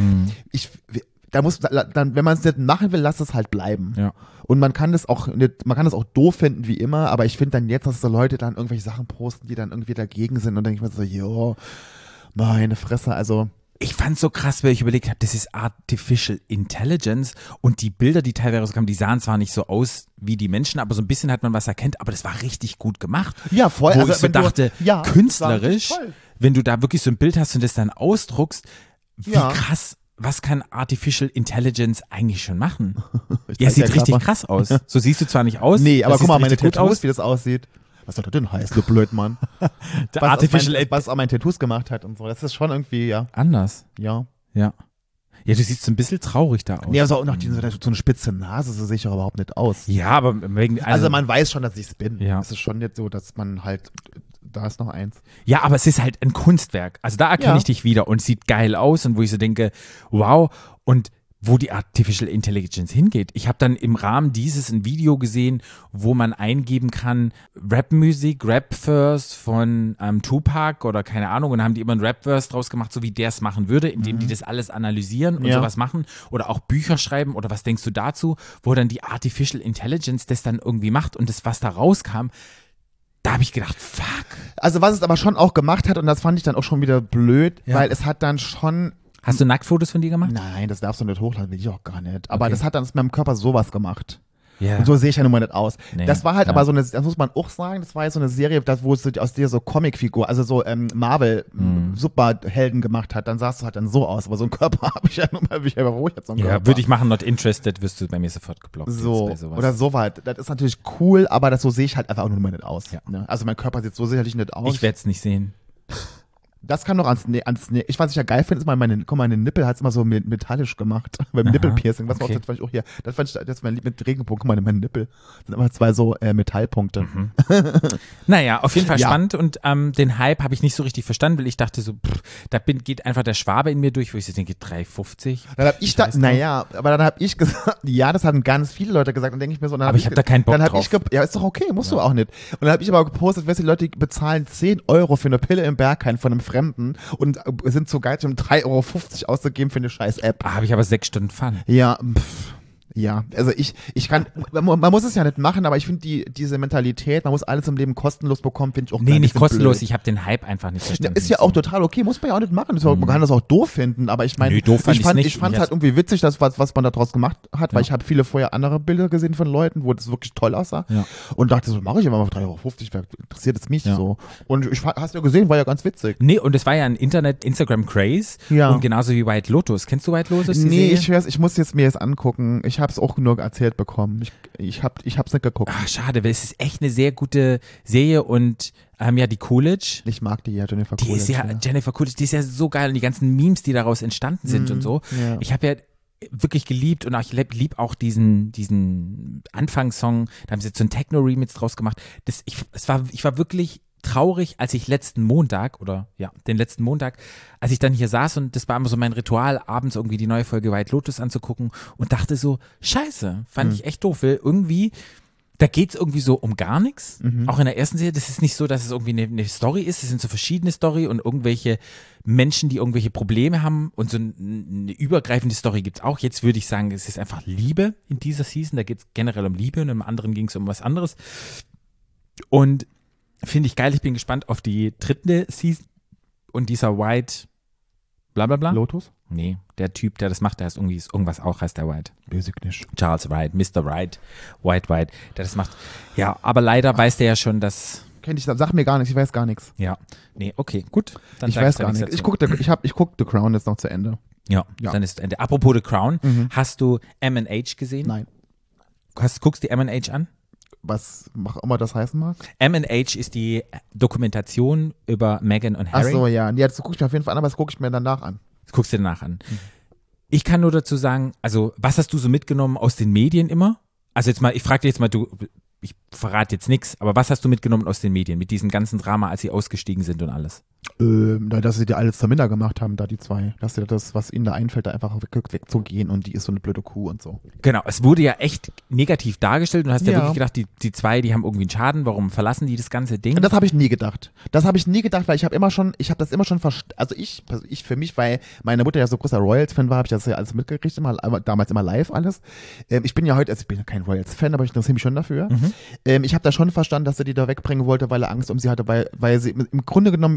Wenn man es nicht machen will, lass es halt bleiben. Ja. Und man kann das auch doof finden, wie immer, aber ich finde dann jetzt, dass so Leute dann irgendwelche Sachen posten, die dann irgendwie dagegen sind und dann denke ich mir so, jo, meine Fresse, also Ich fand's so krass, weil ich überlegt habe, das ist Artificial Intelligence und die Bilder, die teilweise rauskamen, die sahen zwar nicht so aus wie die Menschen, aber so ein bisschen hat man was erkannt, aber das war richtig gut gemacht. Ja, voll. Wo Also, ich so wenn du- dachte, ja, das war künstlerisch, toll. wenn du da wirklich so ein Bild hast und das dann ausdruckst, wie Ja. krass, was kann Artificial Intelligence eigentlich schon machen? Ich Ja, zeig sieht dir richtig grad mal. krass aus. So siehst du zwar nicht aus. Nee, aber das guck sieht mal, meine richtig gut Tattoos, aus. wie das aussieht. Was soll das denn heißen, du Blödmann? Der Was Artificial was auch mein Tattoos gemacht hat und so. Das ist schon irgendwie, ja. Anders. Ja. Ja. Ja, du siehst so ein bisschen traurig da aus. Nee, also auch noch so eine spitze Nase, so sehe ich auch überhaupt nicht aus. Ja, aber wegen, Also man weiß schon, dass ich es bin. Ja. Es ist schon jetzt so, dass man halt, da ist noch eins. ja, aber es ist halt ein Kunstwerk. Also da erkenne Ja. ich dich wieder und sieht geil aus und wo ich so denke, wow, und wo die Artificial Intelligence hingeht. Ich habe dann im Rahmen dieses ein Video gesehen, wo man eingeben kann, Rap-Musik, Rap-Verse von Tupac oder keine Ahnung, und dann haben die immer ein Rap-Verse draus gemacht, so wie der es machen würde, indem die das alles analysieren und Ja. sowas machen oder auch Bücher schreiben oder was denkst du dazu, wo dann die Artificial Intelligence das dann irgendwie macht und das, was da rauskam, da habe ich gedacht, fuck. Also was es aber schon auch gemacht hat, und das fand ich dann auch schon wieder blöd, Ja. weil es hat dann schon, Hast du Nacktfotos von dir gemacht? nein, das darfst du nicht hochladen, will ich auch gar nicht. Aber Okay. das hat dann mit meinem Körper sowas gemacht. Ja. Und so sehe ich ja nun mal nicht aus. Nee, Das war halt ja. aber so eine, das muss man auch sagen, das war jetzt so eine Serie, wo es aus dir so Comicfigur, also so Marvel-Superhelden gemacht hat, dann sahst du halt dann so aus. Aber so einen Körper habe ich ja nun mal, wo ich jetzt so einen Ja, Körper. würde ich machen, not interested, wirst du bei mir sofort geblockt. So, jetzt bei sowas. oder so weit. Das ist natürlich cool, aber das so sehe ich halt einfach auch nur mal nicht aus. Ja. Ne? Also mein Körper sieht so sicherlich nicht aus. Ich werde es nicht sehen. Das kann noch ans ich, was ich ja geil finde, ist mal meine Nippel hat es immer so metallisch gemacht. Beim Nippelpiercing. Was okay. das fand ich auch hier. Das fand ich, das ist mein Lieb mit Regenbogen. Guck mal, meine Nippel. Das sind immer zwei so Metallpunkte. Naja, auf jeden Fall Ja. spannend und den Hype habe ich nicht so richtig verstanden, weil ich dachte so, geht einfach der Schwabe in mir durch, wo ich so denke, 3,50. Dann hab ich da, weiß nicht. naja, aber dann habe ich gesagt, ja, das haben ganz viele Leute gesagt. Dann denke ich mir so, dann Aber ich hab da keinen Bock dann hab drauf. Ich ja, ist doch okay, musst du auch nicht. Und dann habe ich aber gepostet, weißt du, die Leute die bezahlen 10 Euro für eine Pille im Berghain von einem Fremden und sind so geizig, um 3,50 Euro auszugeben für eine scheiß App. Habe ich aber 6 Stunden Fun. Ja, ja, also ich kann, man muss es ja nicht machen, aber ich finde diese Mentalität, man muss alles im Leben kostenlos bekommen, finde ich auch Nee, ein nicht bisschen kostenlos, blöd. ich habe den Hype einfach nicht Ja, verstanden. ist ja auch total okay, muss man ja auch nicht machen. Man kann das auch doof finden, aber ich meine, Nö, doof fand ich ich's nicht. fand es Ich halt irgendwie witzig, dass, was man da draus gemacht hat, weil Ja. ich habe viele vorher andere Bilder gesehen von Leuten, wo das wirklich toll aussah Ja. und dachte so, mache ich aber mal für 3,50 Euro, interessiert es mich Ja. so. Und hast du ja gesehen, war ja ganz witzig. Nee, und es war ja ein Instagram-Craze. Ja. Und genauso wie White Lotus. Kennst du White Lotus? die Nee, Serie? ich muss jetzt mir das angucken. Ich habe es auch nur erzählt bekommen. Ich hab's nicht geguckt. Ach, schade, weil es ist echt eine sehr gute Serie und ja, die Coolidge. Ich mag die ja, Jennifer Die ist ja, Coolidge. Jennifer Coolidge, die ist ja so geil und die ganzen Memes, die daraus entstanden sind und so. ja. Ich habe ja wirklich geliebt und ich lieb auch diesen Anfangssong, da haben sie jetzt so einen Techno-Remix draus gemacht. Ich war wirklich traurig, als ich den letzten Montag, als ich dann hier saß und das war immer so mein Ritual, abends irgendwie die neue Folge White Lotus anzugucken und dachte so, scheiße, fand ich echt doof, weil irgendwie da geht es irgendwie so um gar nichts. Auch in der ersten Serie, das ist nicht so, dass es irgendwie eine Story ist, es sind so verschiedene Story und irgendwelche Menschen, die irgendwelche Probleme haben und so eine übergreifende Story gibt es auch. Jetzt würde ich sagen, es ist einfach Liebe in dieser Season, da geht es generell um Liebe und im anderen ging es um was anderes. Und finde ich geil, ich bin gespannt auf die 3. Season und dieser White blablabla. Lotus? Nee, der Typ, der das macht, der heißt irgendwas auch, heißt der White. Weiß ich nicht. Charles Wright, Mr. Wright, White, der das macht. Ja, aber leider weiß der ja schon, dass, Kenn ich, sag mir gar nichts, ich weiß gar nichts. ja, nee, okay, gut. Dann Ich sag weiß da gar nichts nichts. dazu. Ich guck The Crown jetzt noch zu Ende. Ja, Ja. dann ist Ende. Apropos The Crown, hast du M&H gesehen? Nein. Guckst du die M&H an? Was auch immer das heißen mag. M&H ist die Dokumentation über Meghan und Ach Harry. so, ja. Nee, das gucke ich mir auf jeden Fall an, aber das gucke ich mir danach an. Das guckst du dir danach an. Ich kann nur dazu sagen, also was hast du so mitgenommen aus den Medien immer? Also jetzt mal, ich frage dich jetzt mal, ich verrate jetzt nichts, aber was hast du mitgenommen aus den Medien mit diesem ganzen Drama, als sie ausgestiegen sind und alles? Dass sie dir alles zur Minder gemacht haben, da die zwei. Dass sie das, was ihnen da einfällt, da einfach wegzugehen und die ist so eine blöde Kuh und so. Genau, es wurde ja echt negativ dargestellt und du hast ja, Ja. wirklich gedacht, die zwei, die haben irgendwie einen Schaden, warum verlassen die das ganze Ding? Und das habe ich nie gedacht. Das habe ich nie gedacht, weil ich habe das immer schon also ich für mich, weil meine Mutter ja so großer Royals-Fan war, habe ich das ja alles mitgekriegt, damals immer live alles. Ich bin ja heute, also ich bin ja kein Royals-Fan, aber ich interessiere mich schon dafür. Ich habe da schon verstanden, dass er die da wegbringen wollte, weil er Angst um sie hatte, weil sie im Grunde genommen, sie ist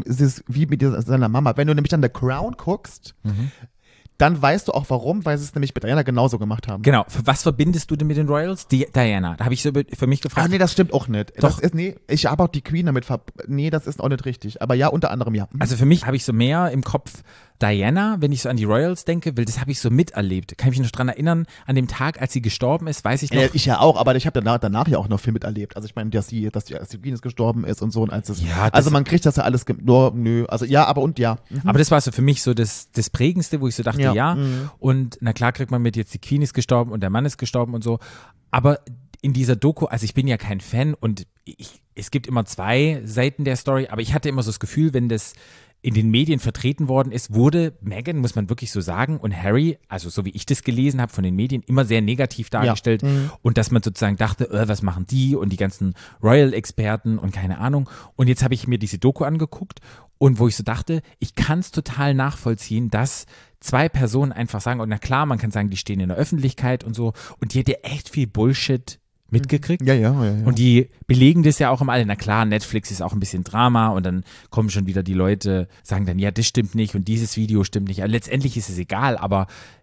wie mit seiner Mama. Wenn du nämlich dann The Crown guckst, dann weißt du auch warum, weil sie es nämlich mit Diana genauso gemacht haben. Genau. Was verbindest du denn mit den Royals? Diana. Da habe ich so für mich gefragt. Ah, nee, das stimmt auch nicht. Doch. Ich habe auch die Queen damit nee, das ist auch nicht richtig. Aber ja, unter anderem ja. Also für mich habe ich so mehr im Kopf Diana, wenn ich so an die Royals denke, weil das habe ich so miterlebt. Kann ich mich noch dran erinnern, an dem Tag, als sie gestorben ist, weiß ich noch. Ich ja auch, aber ich habe danach ja auch noch viel miterlebt. Also ich meine, dass die Queen gestorben ist und so. Und also man kriegt das ja alles, nö, also ja, aber und ja. Aber das war so für mich so das Prägendste, wo ich so dachte, ja. Und na klar kriegt man mit, jetzt die Queen ist gestorben und der Mann ist gestorben und so. Aber in dieser Doku, also ich bin ja kein Fan und es gibt immer zwei Seiten der Story, aber ich hatte immer so das Gefühl, wenn das in den Medien vertreten worden ist, wurde Meghan, muss man wirklich so sagen, und Harry, also so wie ich das gelesen habe von den Medien, immer sehr negativ dargestellt und dass man sozusagen dachte, was machen die und die ganzen Royal-Experten und keine Ahnung. Und jetzt habe ich mir diese Doku angeguckt und wo ich so dachte, ich kann es total nachvollziehen, dass zwei Personen einfach sagen, und na klar, man kann sagen, die stehen in der Öffentlichkeit und so, und die hat ja echt viel Bullshit mitgekriegt. Ja. Und die belegen das ja auch immer alle. Na klar, Netflix ist auch ein bisschen Drama und dann kommen schon wieder die Leute, sagen dann, ja, das stimmt nicht und dieses Video stimmt nicht. Also letztendlich ist es egal, aber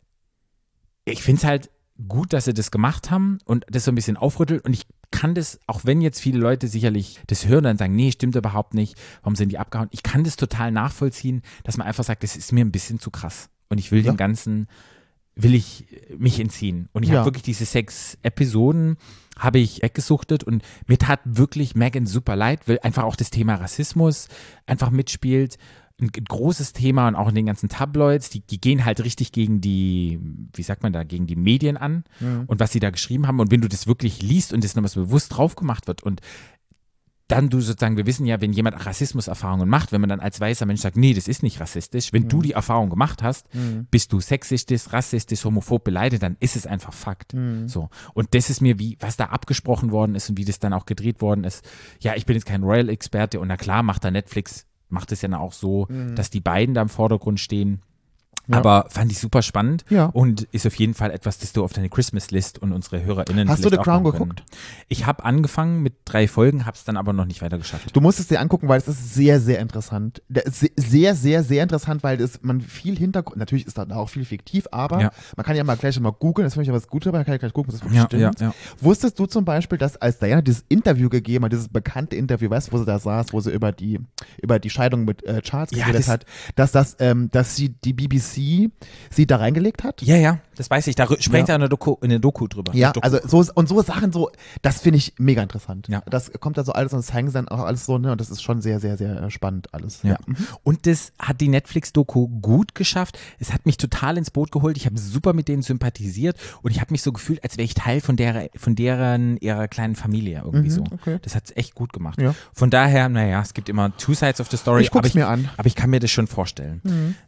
ich finde es halt gut, dass sie das gemacht haben und das so ein bisschen aufrüttelt und ich kann das, auch wenn jetzt viele Leute sicherlich das hören und dann sagen, nee, stimmt überhaupt nicht, warum sind die abgehauen? Ich kann das total nachvollziehen, dass man einfach sagt, das ist mir ein bisschen zu krass und ich will dem Ganzen, will ich mich entziehen. Und ich habe wirklich diese 6 Episoden habe ich weggesuchtet und mir tat wirklich Meghan super leid, weil einfach auch das Thema Rassismus einfach mitspielt. Ein großes Thema und auch in den ganzen Tabloids, die gehen halt richtig gegen die, wie sagt man da, gegen die Medien an und was sie da geschrieben haben. Und wenn du das wirklich liest und das nochmal so bewusst drauf gemacht wird und dann du sozusagen, wir wissen ja, wenn jemand Rassismuserfahrungen macht, wenn man dann als weißer Mensch sagt, nee, das ist nicht rassistisch, wenn du die Erfahrung gemacht hast, bist du sexistisch, rassistisch, homophob beleidigt, dann ist es einfach Fakt. So. Und das ist mir was da abgesprochen worden ist und wie das dann auch gedreht worden ist. Ja, ich bin jetzt kein Royal-Experte und na klar macht es ja auch so, dass die beiden da im Vordergrund stehen. Ja. Aber fand ich super spannend und ist auf jeden Fall etwas, das du auf deine Christmas-List und unsere HörerInnen Hast du The Crown geguckt? Ich habe angefangen mit 3 Folgen, habe es dann aber noch nicht weiter geschafft. Du musst es dir angucken, weil es ist sehr, sehr interessant. Sehr, sehr, sehr interessant, weil man viel Hintergrund, natürlich ist da auch viel fiktiv, aber man kann ja mal gleich mal googeln, das finde ich ja was Gutes, aber kann ich gleich gucken, was das wirklich stimmt. Ja. Wusstest du zum Beispiel, dass als Diana dieses Interview gegeben hat, dieses bekannte Interview, weißt du, wo sie da saß, wo sie über die Scheidung mit Charles geredet hat, dass sie die BBC sie da reingelegt hat? Ja, das weiß ich. Da spricht er in der Doku drüber. Ja, also so Sachen, das finde ich mega interessant. Ja. Das kommt da so alles und das zeigen sie dann auch alles so, ne? Und das ist schon sehr, sehr, sehr spannend alles. Ja. Und das hat die Netflix-Doku gut geschafft. Es hat mich total ins Boot geholt. Ich habe super mit denen sympathisiert und ich habe mich so gefühlt, als wäre ich Teil von ihrer kleinen Familie irgendwie so. Okay. Das hat es echt gut gemacht. Ja. Von daher, naja, es gibt immer 2 sides of the story. Ich guck's mir an. Aber ich kann mir das schon vorstellen.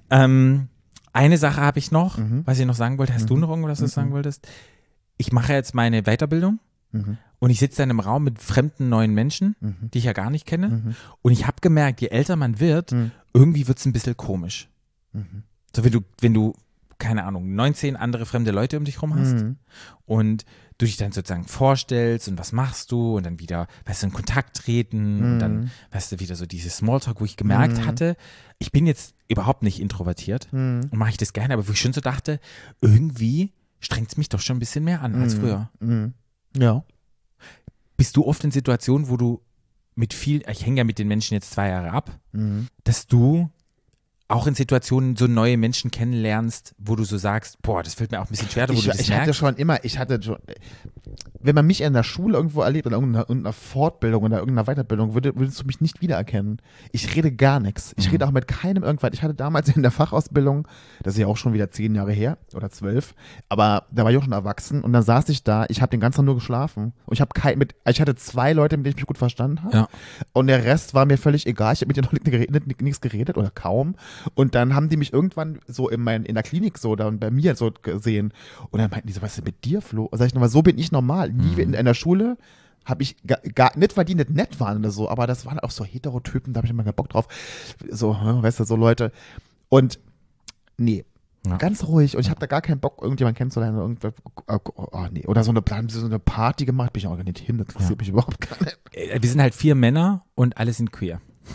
Eine Sache habe ich noch, was ich noch sagen wollte. Hast du noch irgendwas, was du sagen wolltest? Ich mache jetzt meine Weiterbildung und ich sitze dann im Raum mit fremden neuen Menschen, die ich ja gar nicht kenne. Und ich habe gemerkt, je älter man wird, irgendwie wird es ein bisschen komisch. So wenn du, keine Ahnung, 19 andere fremde Leute um dich rum hast und du dich dann sozusagen vorstellst und was machst du und dann wieder, weißt du, in Kontakt treten und dann, weißt du, wieder so dieses Smalltalk, wo ich gemerkt hatte, ich bin jetzt überhaupt nicht introvertiert und mache ich das gerne, aber wo ich schon so dachte, irgendwie strengt es mich doch schon ein bisschen mehr an als früher. Ja. Bist du oft in Situationen, wo du ich hänge ja mit den Menschen jetzt 2 Jahre ab, dass du auch in Situationen so neue Menschen kennenlernst, wo du so sagst, boah, das fällt mir auch ein bisschen schwer, wo du das merkst. Wenn man mich in der Schule irgendwo erlebt, in irgendeiner Fortbildung oder irgendeiner Weiterbildung, würdest du mich nicht wiedererkennen. Ich rede gar nichts. Ich rede auch mit keinem irgendwas. Ich hatte damals in der Fachausbildung, das ist ja auch schon wieder 10 Jahre her oder 12, aber da war ich auch schon erwachsen und dann saß ich da, ich habe den ganzen Tag nur geschlafen und ich hatte 2 Leute, mit denen ich mich gut verstanden habe und der Rest war mir völlig egal. Ich habe mit denen nichts geredet oder kaum. Und dann haben die mich irgendwann so in der Klinik so da und bei mir so gesehen. Und dann meinten die so, was ist denn mit dir, Flo? Und sag ich nochmal, so bin ich normal. Nie in der Schule habe ich gar nicht, weil die nicht nett waren oder so, aber das waren auch so Heterotypen, da habe ich immer keinen Bock drauf. So, weißt du, so Leute. Und nee. Ja. Ganz ruhig und ich habe da gar keinen Bock, irgendjemanden kennenzulernen. Oder so eine Party gemacht, bin ich auch gar nicht hin, das interessiert mich überhaupt gar nicht. Wir sind halt 4 Männer und alle sind queer.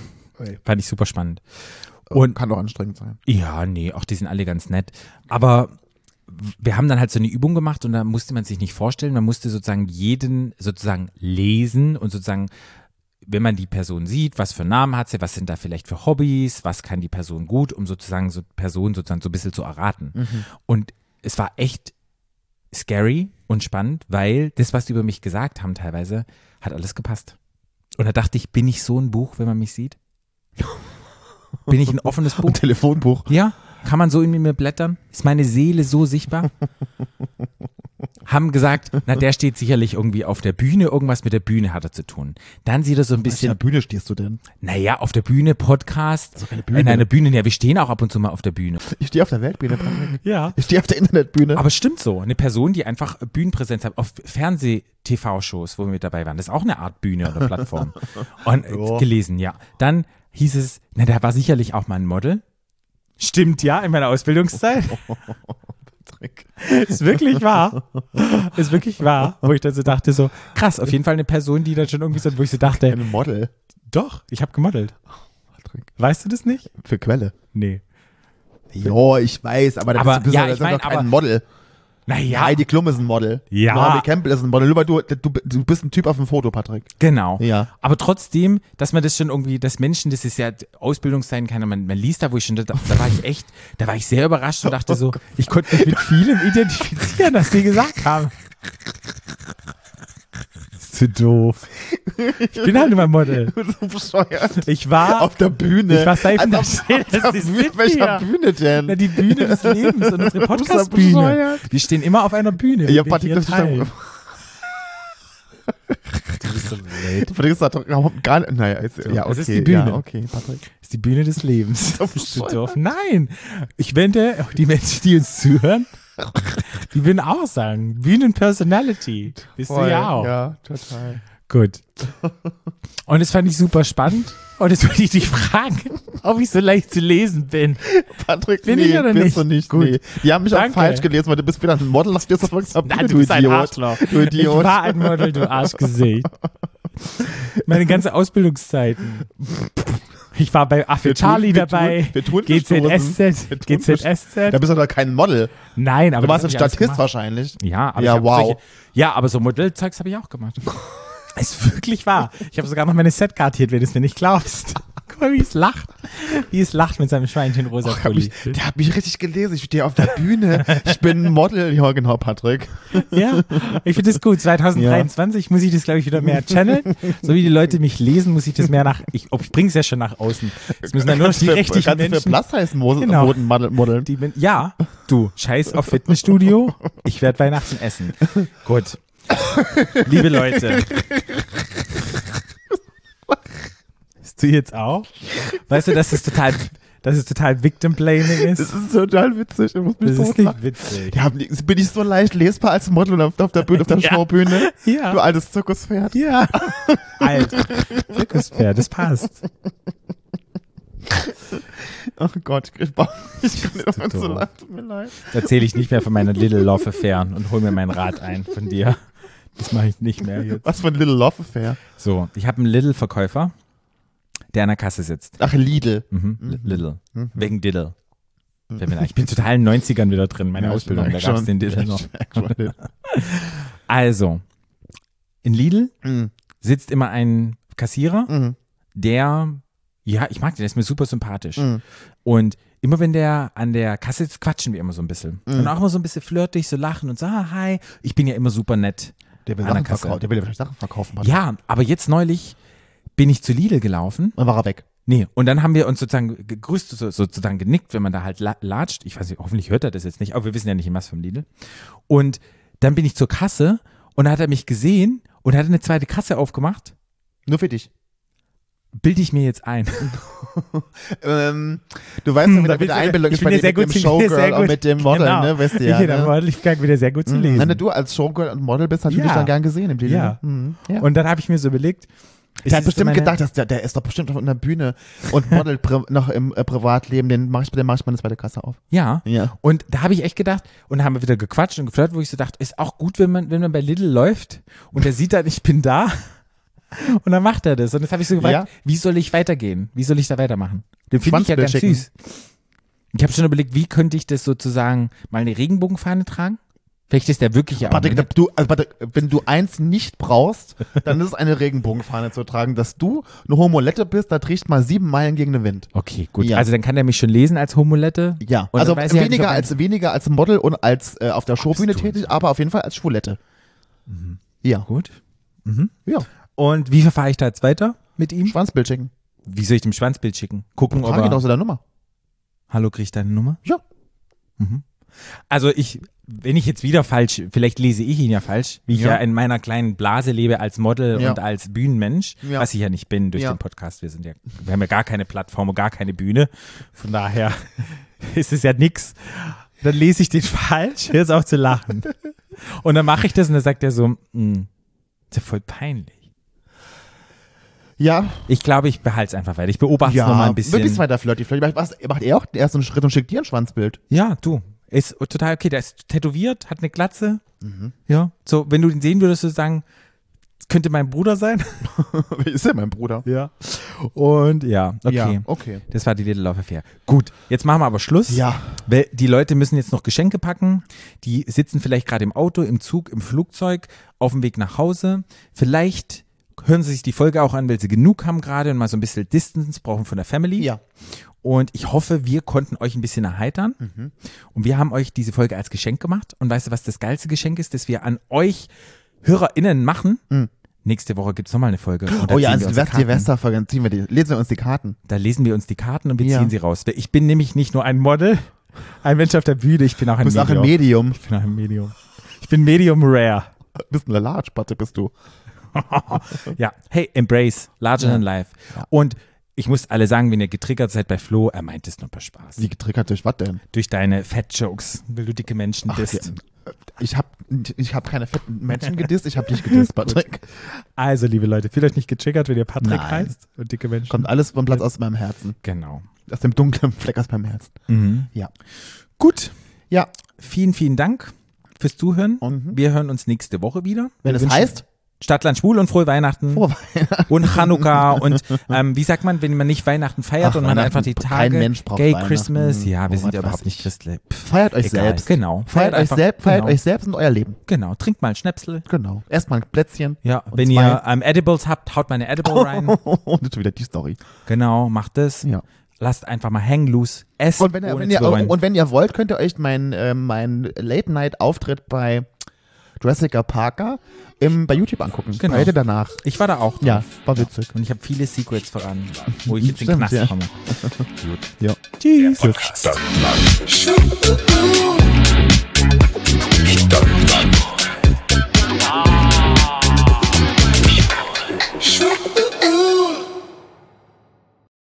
Fand ich super spannend. Und kann doch anstrengend sein. ja, nee, auch die sind alle ganz nett. Aber wir haben dann halt so eine Übung gemacht und da musste man sich nicht vorstellen, man musste sozusagen jeden sozusagen lesen und sozusagen, wenn man die Person sieht, was für Namen hat sie, was sind da vielleicht für Hobbys, was kann die Person gut, um sozusagen so Person sozusagen so ein bisschen zu erraten. Und es war echt scary und spannend, weil das, was die über mich gesagt haben teilweise, hat alles gepasst. Und da dachte ich, bin ich so ein Buch, wenn man mich sieht? Bin ich ein offenes Buch? Ein Telefonbuch. Ja, kann man so in mir blättern? Ist meine Seele so sichtbar? Haben gesagt, na, der steht sicherlich irgendwie auf der Bühne, irgendwas mit der Bühne hat er zu tun. Dann sieht er so ein Auf der bisschen, Bühne stehst du denn? naja, auf der Bühne, Podcast, ist doch keine Bühne. in einer Bühne, ja, wir stehen auch ab und zu mal auf der Bühne. Ich stehe auf der Weltbühne, Patrick. Ja. Ich stehe auf der Internetbühne. Aber stimmt so, eine Person, die einfach Bühnenpräsenz hat, auf Fernseh-TV-Shows, wo wir mit dabei waren, das ist auch eine Art Bühne oder Plattform. Und Ja. gelesen, ja. Dann hieß es, na, der war sicherlich auch mal ein Model. Stimmt, ja, in meiner Ausbildungszeit. Patrick. Ist wirklich wahr. Ist wirklich wahr. Wo ich dann so dachte, so, krass, auf jeden Fall eine Person, die dann schon irgendwie so, wo ich so dachte, Ein Model. doch, ich habe gemodelt. Patrick. Weißt du das nicht? Für Quelle. Nee. Jo, ich weiß, aber Aber, das ist ja, das ich ist mein, doch kein aber- Model. Naja, Heidi Klum ist ein Model. Ja. Naomi Campbell ist ein Model. Nur weil du bist ein Typ auf dem Foto, Patrick. genau. Ja. Aber trotzdem, dass man das schon irgendwie, dass Menschen, das ist ja Ausbildungszeit, man liest da, wo ich schon, da war ich sehr überrascht und dachte so, ich konnte mich mit vielem identifizieren, was die gesagt haben. Ist zu doof. Ich bin halt immer Model. So bescheuert. Ich war Auf der Bühne. Ich war Seifendarsteller. Auf der Das ist Bühne. Welcher hier. Bühne denn? Na, die Bühne des Lebens und unsere Du bist Podcast-Bühne. bescheuert. Wir stehen immer auf einer Bühne. Ja, wir Patrick, hier das ist teilen. doch... Du bist so blöd. Patrick ist doch überhaupt gar nicht... Naja, ist, ja, okay. das ist die Bühne. Ja, okay, Patrick. Das ist die Bühne des Lebens. So Bist du bescheuert. doof? Nein. Ich wende, die Menschen, die uns zuhören, die würden auch sagen, Bühnenpersonality. Bist du ja auch. Ja, total. Gut. Und das fand ich super spannend. Und jetzt wollte ich dich fragen, ob ich so leicht zu lesen bin. Patrick, Bin nee, ich oder bist nicht? du nicht. Gut. Nee. Die haben mich Danke. auch falsch gelesen, weil du bist wieder ein Model, hast du jetzt auf irgendeiner Nein, Bühne, du bist ein Idiot. Arschloch. Du Idiot. Ich war ein Model, du Arschgesicht. Meine ganze Ausbildungszeiten. Ich war bei Affe Charlie dabei, wir tun GZSZ, Da GZSZ. bist du doch kein Model. Nein, aber Du warst ein das hab ich alles Statist gemacht. wahrscheinlich. Ja, aber Ja, ich hab wow. ja, aber so Modellzeugs habe ich auch gemacht. Ist wirklich wahr. Ich habe sogar noch meine Setcard hier, wenn du es mir nicht glaubst. Guck mal, wie es lacht. Wie es lacht mit seinem Schweinchenrosa Pulli. Der hat mich richtig gelesen. Ich stehe auf der Bühne. Ich bin ein Model. Ja, genau, Patrick. Ja, ich finde das gut. 2023 muss ich das, glaube ich, wieder mehr channeln. So wie die Leute mich lesen, muss ich das mehr ich bringe es ja schon nach außen. Es müssen dann nur noch die rechtlichen Kannst du für Menschen. Plus heißen Genau. Modeln. Ja, du, scheiß auf Fitnessstudio. Ich werde Weihnachten essen. Gut. Liebe Leute. Bist du jetzt auch? Weißt du, dass es total Victim-Blaming ist? Das ist total witzig. Ich muss mich Das ist totlachen. nicht witzig. Ja, bin ich so leicht lesbar als Model auf der Bühne, auf der Ja. Showbühne? Ja. Du altes Zirkuspferd. Ja. Alt. Zirkuspferd, das passt. Oh Gott, ich kann nicht mehr so doof. lachen. Tut mir leid. Erzähle ich nicht mehr von meiner Little Love Affair und hol mir meinen Rat ein von dir. Das mache ich nicht mehr jetzt. Was für ein Little Love Affair. So, ich habe einen Lidl-Verkäufer, der an der Kasse sitzt. Ach, Lidl. Lidl. Wegen Diddle. Fällt mir ein. Ich bin total in den 90ern wieder drin, meine Ja, Ausbildung, ich da merk gab es schon. den Diddle Ich noch. merk schon. Also, in Lidl Mhm. sitzt immer ein Kassierer, Mhm. der, ja, ich mag den, der ist mir super sympathisch. Mhm. Und immer wenn der an der Kasse sitzt, quatschen wir immer so ein bisschen. Und auch immer so ein bisschen flirtig, so lachen und so, hi. Ich bin ja immer super nett. Der will An der Sachen Kasse. verkaufen. Der will ja vielleicht Sachen verkaufen. Patrick. Ja, aber jetzt neulich bin ich zu Lidl gelaufen. Dann war er weg. Nee, und dann haben wir uns sozusagen gegrüßt, sozusagen genickt, wenn man da halt latscht. Ich weiß nicht, hoffentlich hört er das jetzt nicht, aber wir wissen ja nicht in was vom Lidl. Und dann bin ich zur Kasse und da hat er mich gesehen und hat eine zweite Kasse aufgemacht. Nur für dich. Bilde ich mir jetzt ein. Du weißt ja, mit der Einbildung ist bei dir mit dem Showgirl und mit dem Model, genau. ne? Weißt du Ich ja, bin am ne? Modelgang wieder sehr gut zu lesen. Wenn du als Showgirl und Model bist, hast du Ja. dich dann gern gesehen im Lidl. Ja. Ne? Mhm. Ja. Und dann habe ich mir so überlegt, Der hat bestimmt gedacht, dass der ist doch bestimmt auf einer Bühne und Model noch im Privatleben, den mach ich mal eine zweite Kasse auf. ja. Ja. Und da habe ich echt gedacht, und da haben wir wieder gequatscht und geflirtet, wo ich so dachte, ist auch gut, wenn man bei Lidl läuft und der sieht dann, ich bin da. Und dann macht er das. Und jetzt habe ich so gefragt, Ja. wie soll ich weitergehen? Wie soll ich da weitermachen? Den finde ich ja Schwanzbild ganz schicken. süß. Ich habe schon überlegt, wie könnte ich das sozusagen mal eine Regenbogenfahne tragen? Vielleicht ist der wirklich ja auch. Patrick, wenn du eins nicht brauchst, dann ist es eine Regenbogenfahne zu tragen. Dass du eine Homolette bist, da trägt mal 7 Meilen gegen den Wind. Okay, gut. Ja. Also dann kann er mich schon lesen als Homolette. Ja, Und also dann weiß ich halt nicht, weniger als Model und als auf der Showbühne du tätig, aber auf jeden Fall als Schwulette. Ja. Gut. Ja. Und wie verfahre ich da jetzt weiter mit ihm? Schwanzbild schicken. Wie soll ich dem Schwanzbild schicken? Gucken, ob Frag ihn doch er... so deine Nummer. Hallo, krieg ich deine Nummer? Ja. Also wenn ich jetzt wieder falsch, vielleicht lese ich ihn ja falsch, wie ich ja, Ja. in meiner kleinen Blase lebe als Model Ja. und als Bühnenmensch, Ja. was ich ja nicht bin durch Ja. den Podcast. Wir haben ja gar keine Plattform und gar keine Bühne. Von daher ist es ja nix. Dann lese ich den falsch, hör jetzt auf zu lachen. Und dann mache ich das und dann sagt er so, ist ja voll peinlich. Ja. Ich glaube, ich behalte es einfach weiter. Ich beobachte es noch mal ein bisschen. Ein bisschen weiter flirty. Macht er auch den ersten Schritt und schickt dir ein Schwanzbild. Ja, du. Ist total okay. Der ist tätowiert, hat eine Glatze. Ja. So, wenn du ihn sehen würdest, würdest du sagen, das könnte mein Bruder sein. Wie ist der, mein Bruder? Ja. Und ja, okay. Ja, okay. Das war die Little Love Affair. Gut, jetzt machen wir aber Schluss. Ja. Weil die Leute müssen jetzt noch Geschenke packen. Die sitzen vielleicht gerade im Auto, im Zug, im Flugzeug, auf dem Weg nach Hause. Vielleicht hören sie sich die Folge auch an, weil sie genug haben gerade und mal so ein bisschen Distance brauchen von der Family. Ja. Und ich hoffe, wir konnten euch ein bisschen erheitern. Und wir haben euch diese Folge als Geschenk gemacht. Und weißt du, was das geilste Geschenk ist, das wir an euch HörerInnen machen? Nächste Woche gibt es nochmal eine Folge. Und da Oh ja, ziehen an wir unsere Karten. Silvesterfolge lesen wir uns die Karten. Da lesen wir uns die Karten und wir Ja. ziehen sie raus. Ich bin nämlich nicht nur ein Model, ein Mensch auf der Bühne, ich bin auch ein Du bist auch ein Medium. Medium. Ich bin auch ein Medium. Ich bin Medium Rare. Du bist eine Large, Patte, bist du. Ja, hey, embrace, larger than life. Und ich muss alle sagen, wenn ihr getriggert seid bei Flo, er meint es nur per Spaß. Wie getriggert durch was denn? Durch deine Fat-Jokes, weil du dicke Menschen disst. Ich hab keine fetten Menschen gedisst, ich hab dich gedisst, Patrick. Also, liebe Leute, fühlt euch nicht getriggert, wenn ihr Patrick Nein. heißt und dicke Menschen. Kommt alles vom Platz aus meinem Herzen. Genau. Aus dem dunklen Fleck aus meinem Herzen. Ja. Gut, Ja. vielen, vielen Dank fürs Zuhören. Wir hören uns nächste Woche wieder. Wenn Wir es wünschen heißt, Stadtland Schwul und frohe Weihnachten. Frohe Weihnachten. Und Chanukka und wie sagt man, wenn man nicht Weihnachten feiert Ach, und man einfach die Weihnachten, Tage, kein Mensch braucht Gay Weihnachten. Christmas, ja, wir Oh, sind ja was überhaupt weiß nicht ich. christlich. Feiert euch Egal. selbst. Genau. Feiert euch genau. selbst und euer Leben. Genau, trinkt mal ein Schnäpsel. Genau. Erstmal ein Plätzchen. Ja, Und wenn zwei. ihr Edibles habt, haut mal eine Edible rein. Und jetzt wieder die Story. Genau, macht das. Ja. Lasst einfach mal hang loose. Esst Und ohne wenn zu bereuen. ihr wollt, könnt ihr euch mein Late-Night-Auftritt bei Jurassic Parker bei YouTube angucken. Genau. Heute danach. Ich war da auch drauf. Ja, war witzig. Und ich habe viele Secrets voran, wo ich jetzt in den Stimmt, Knast ja. komme. Gut. Ja. Tschüss. Podcast. Stadtland.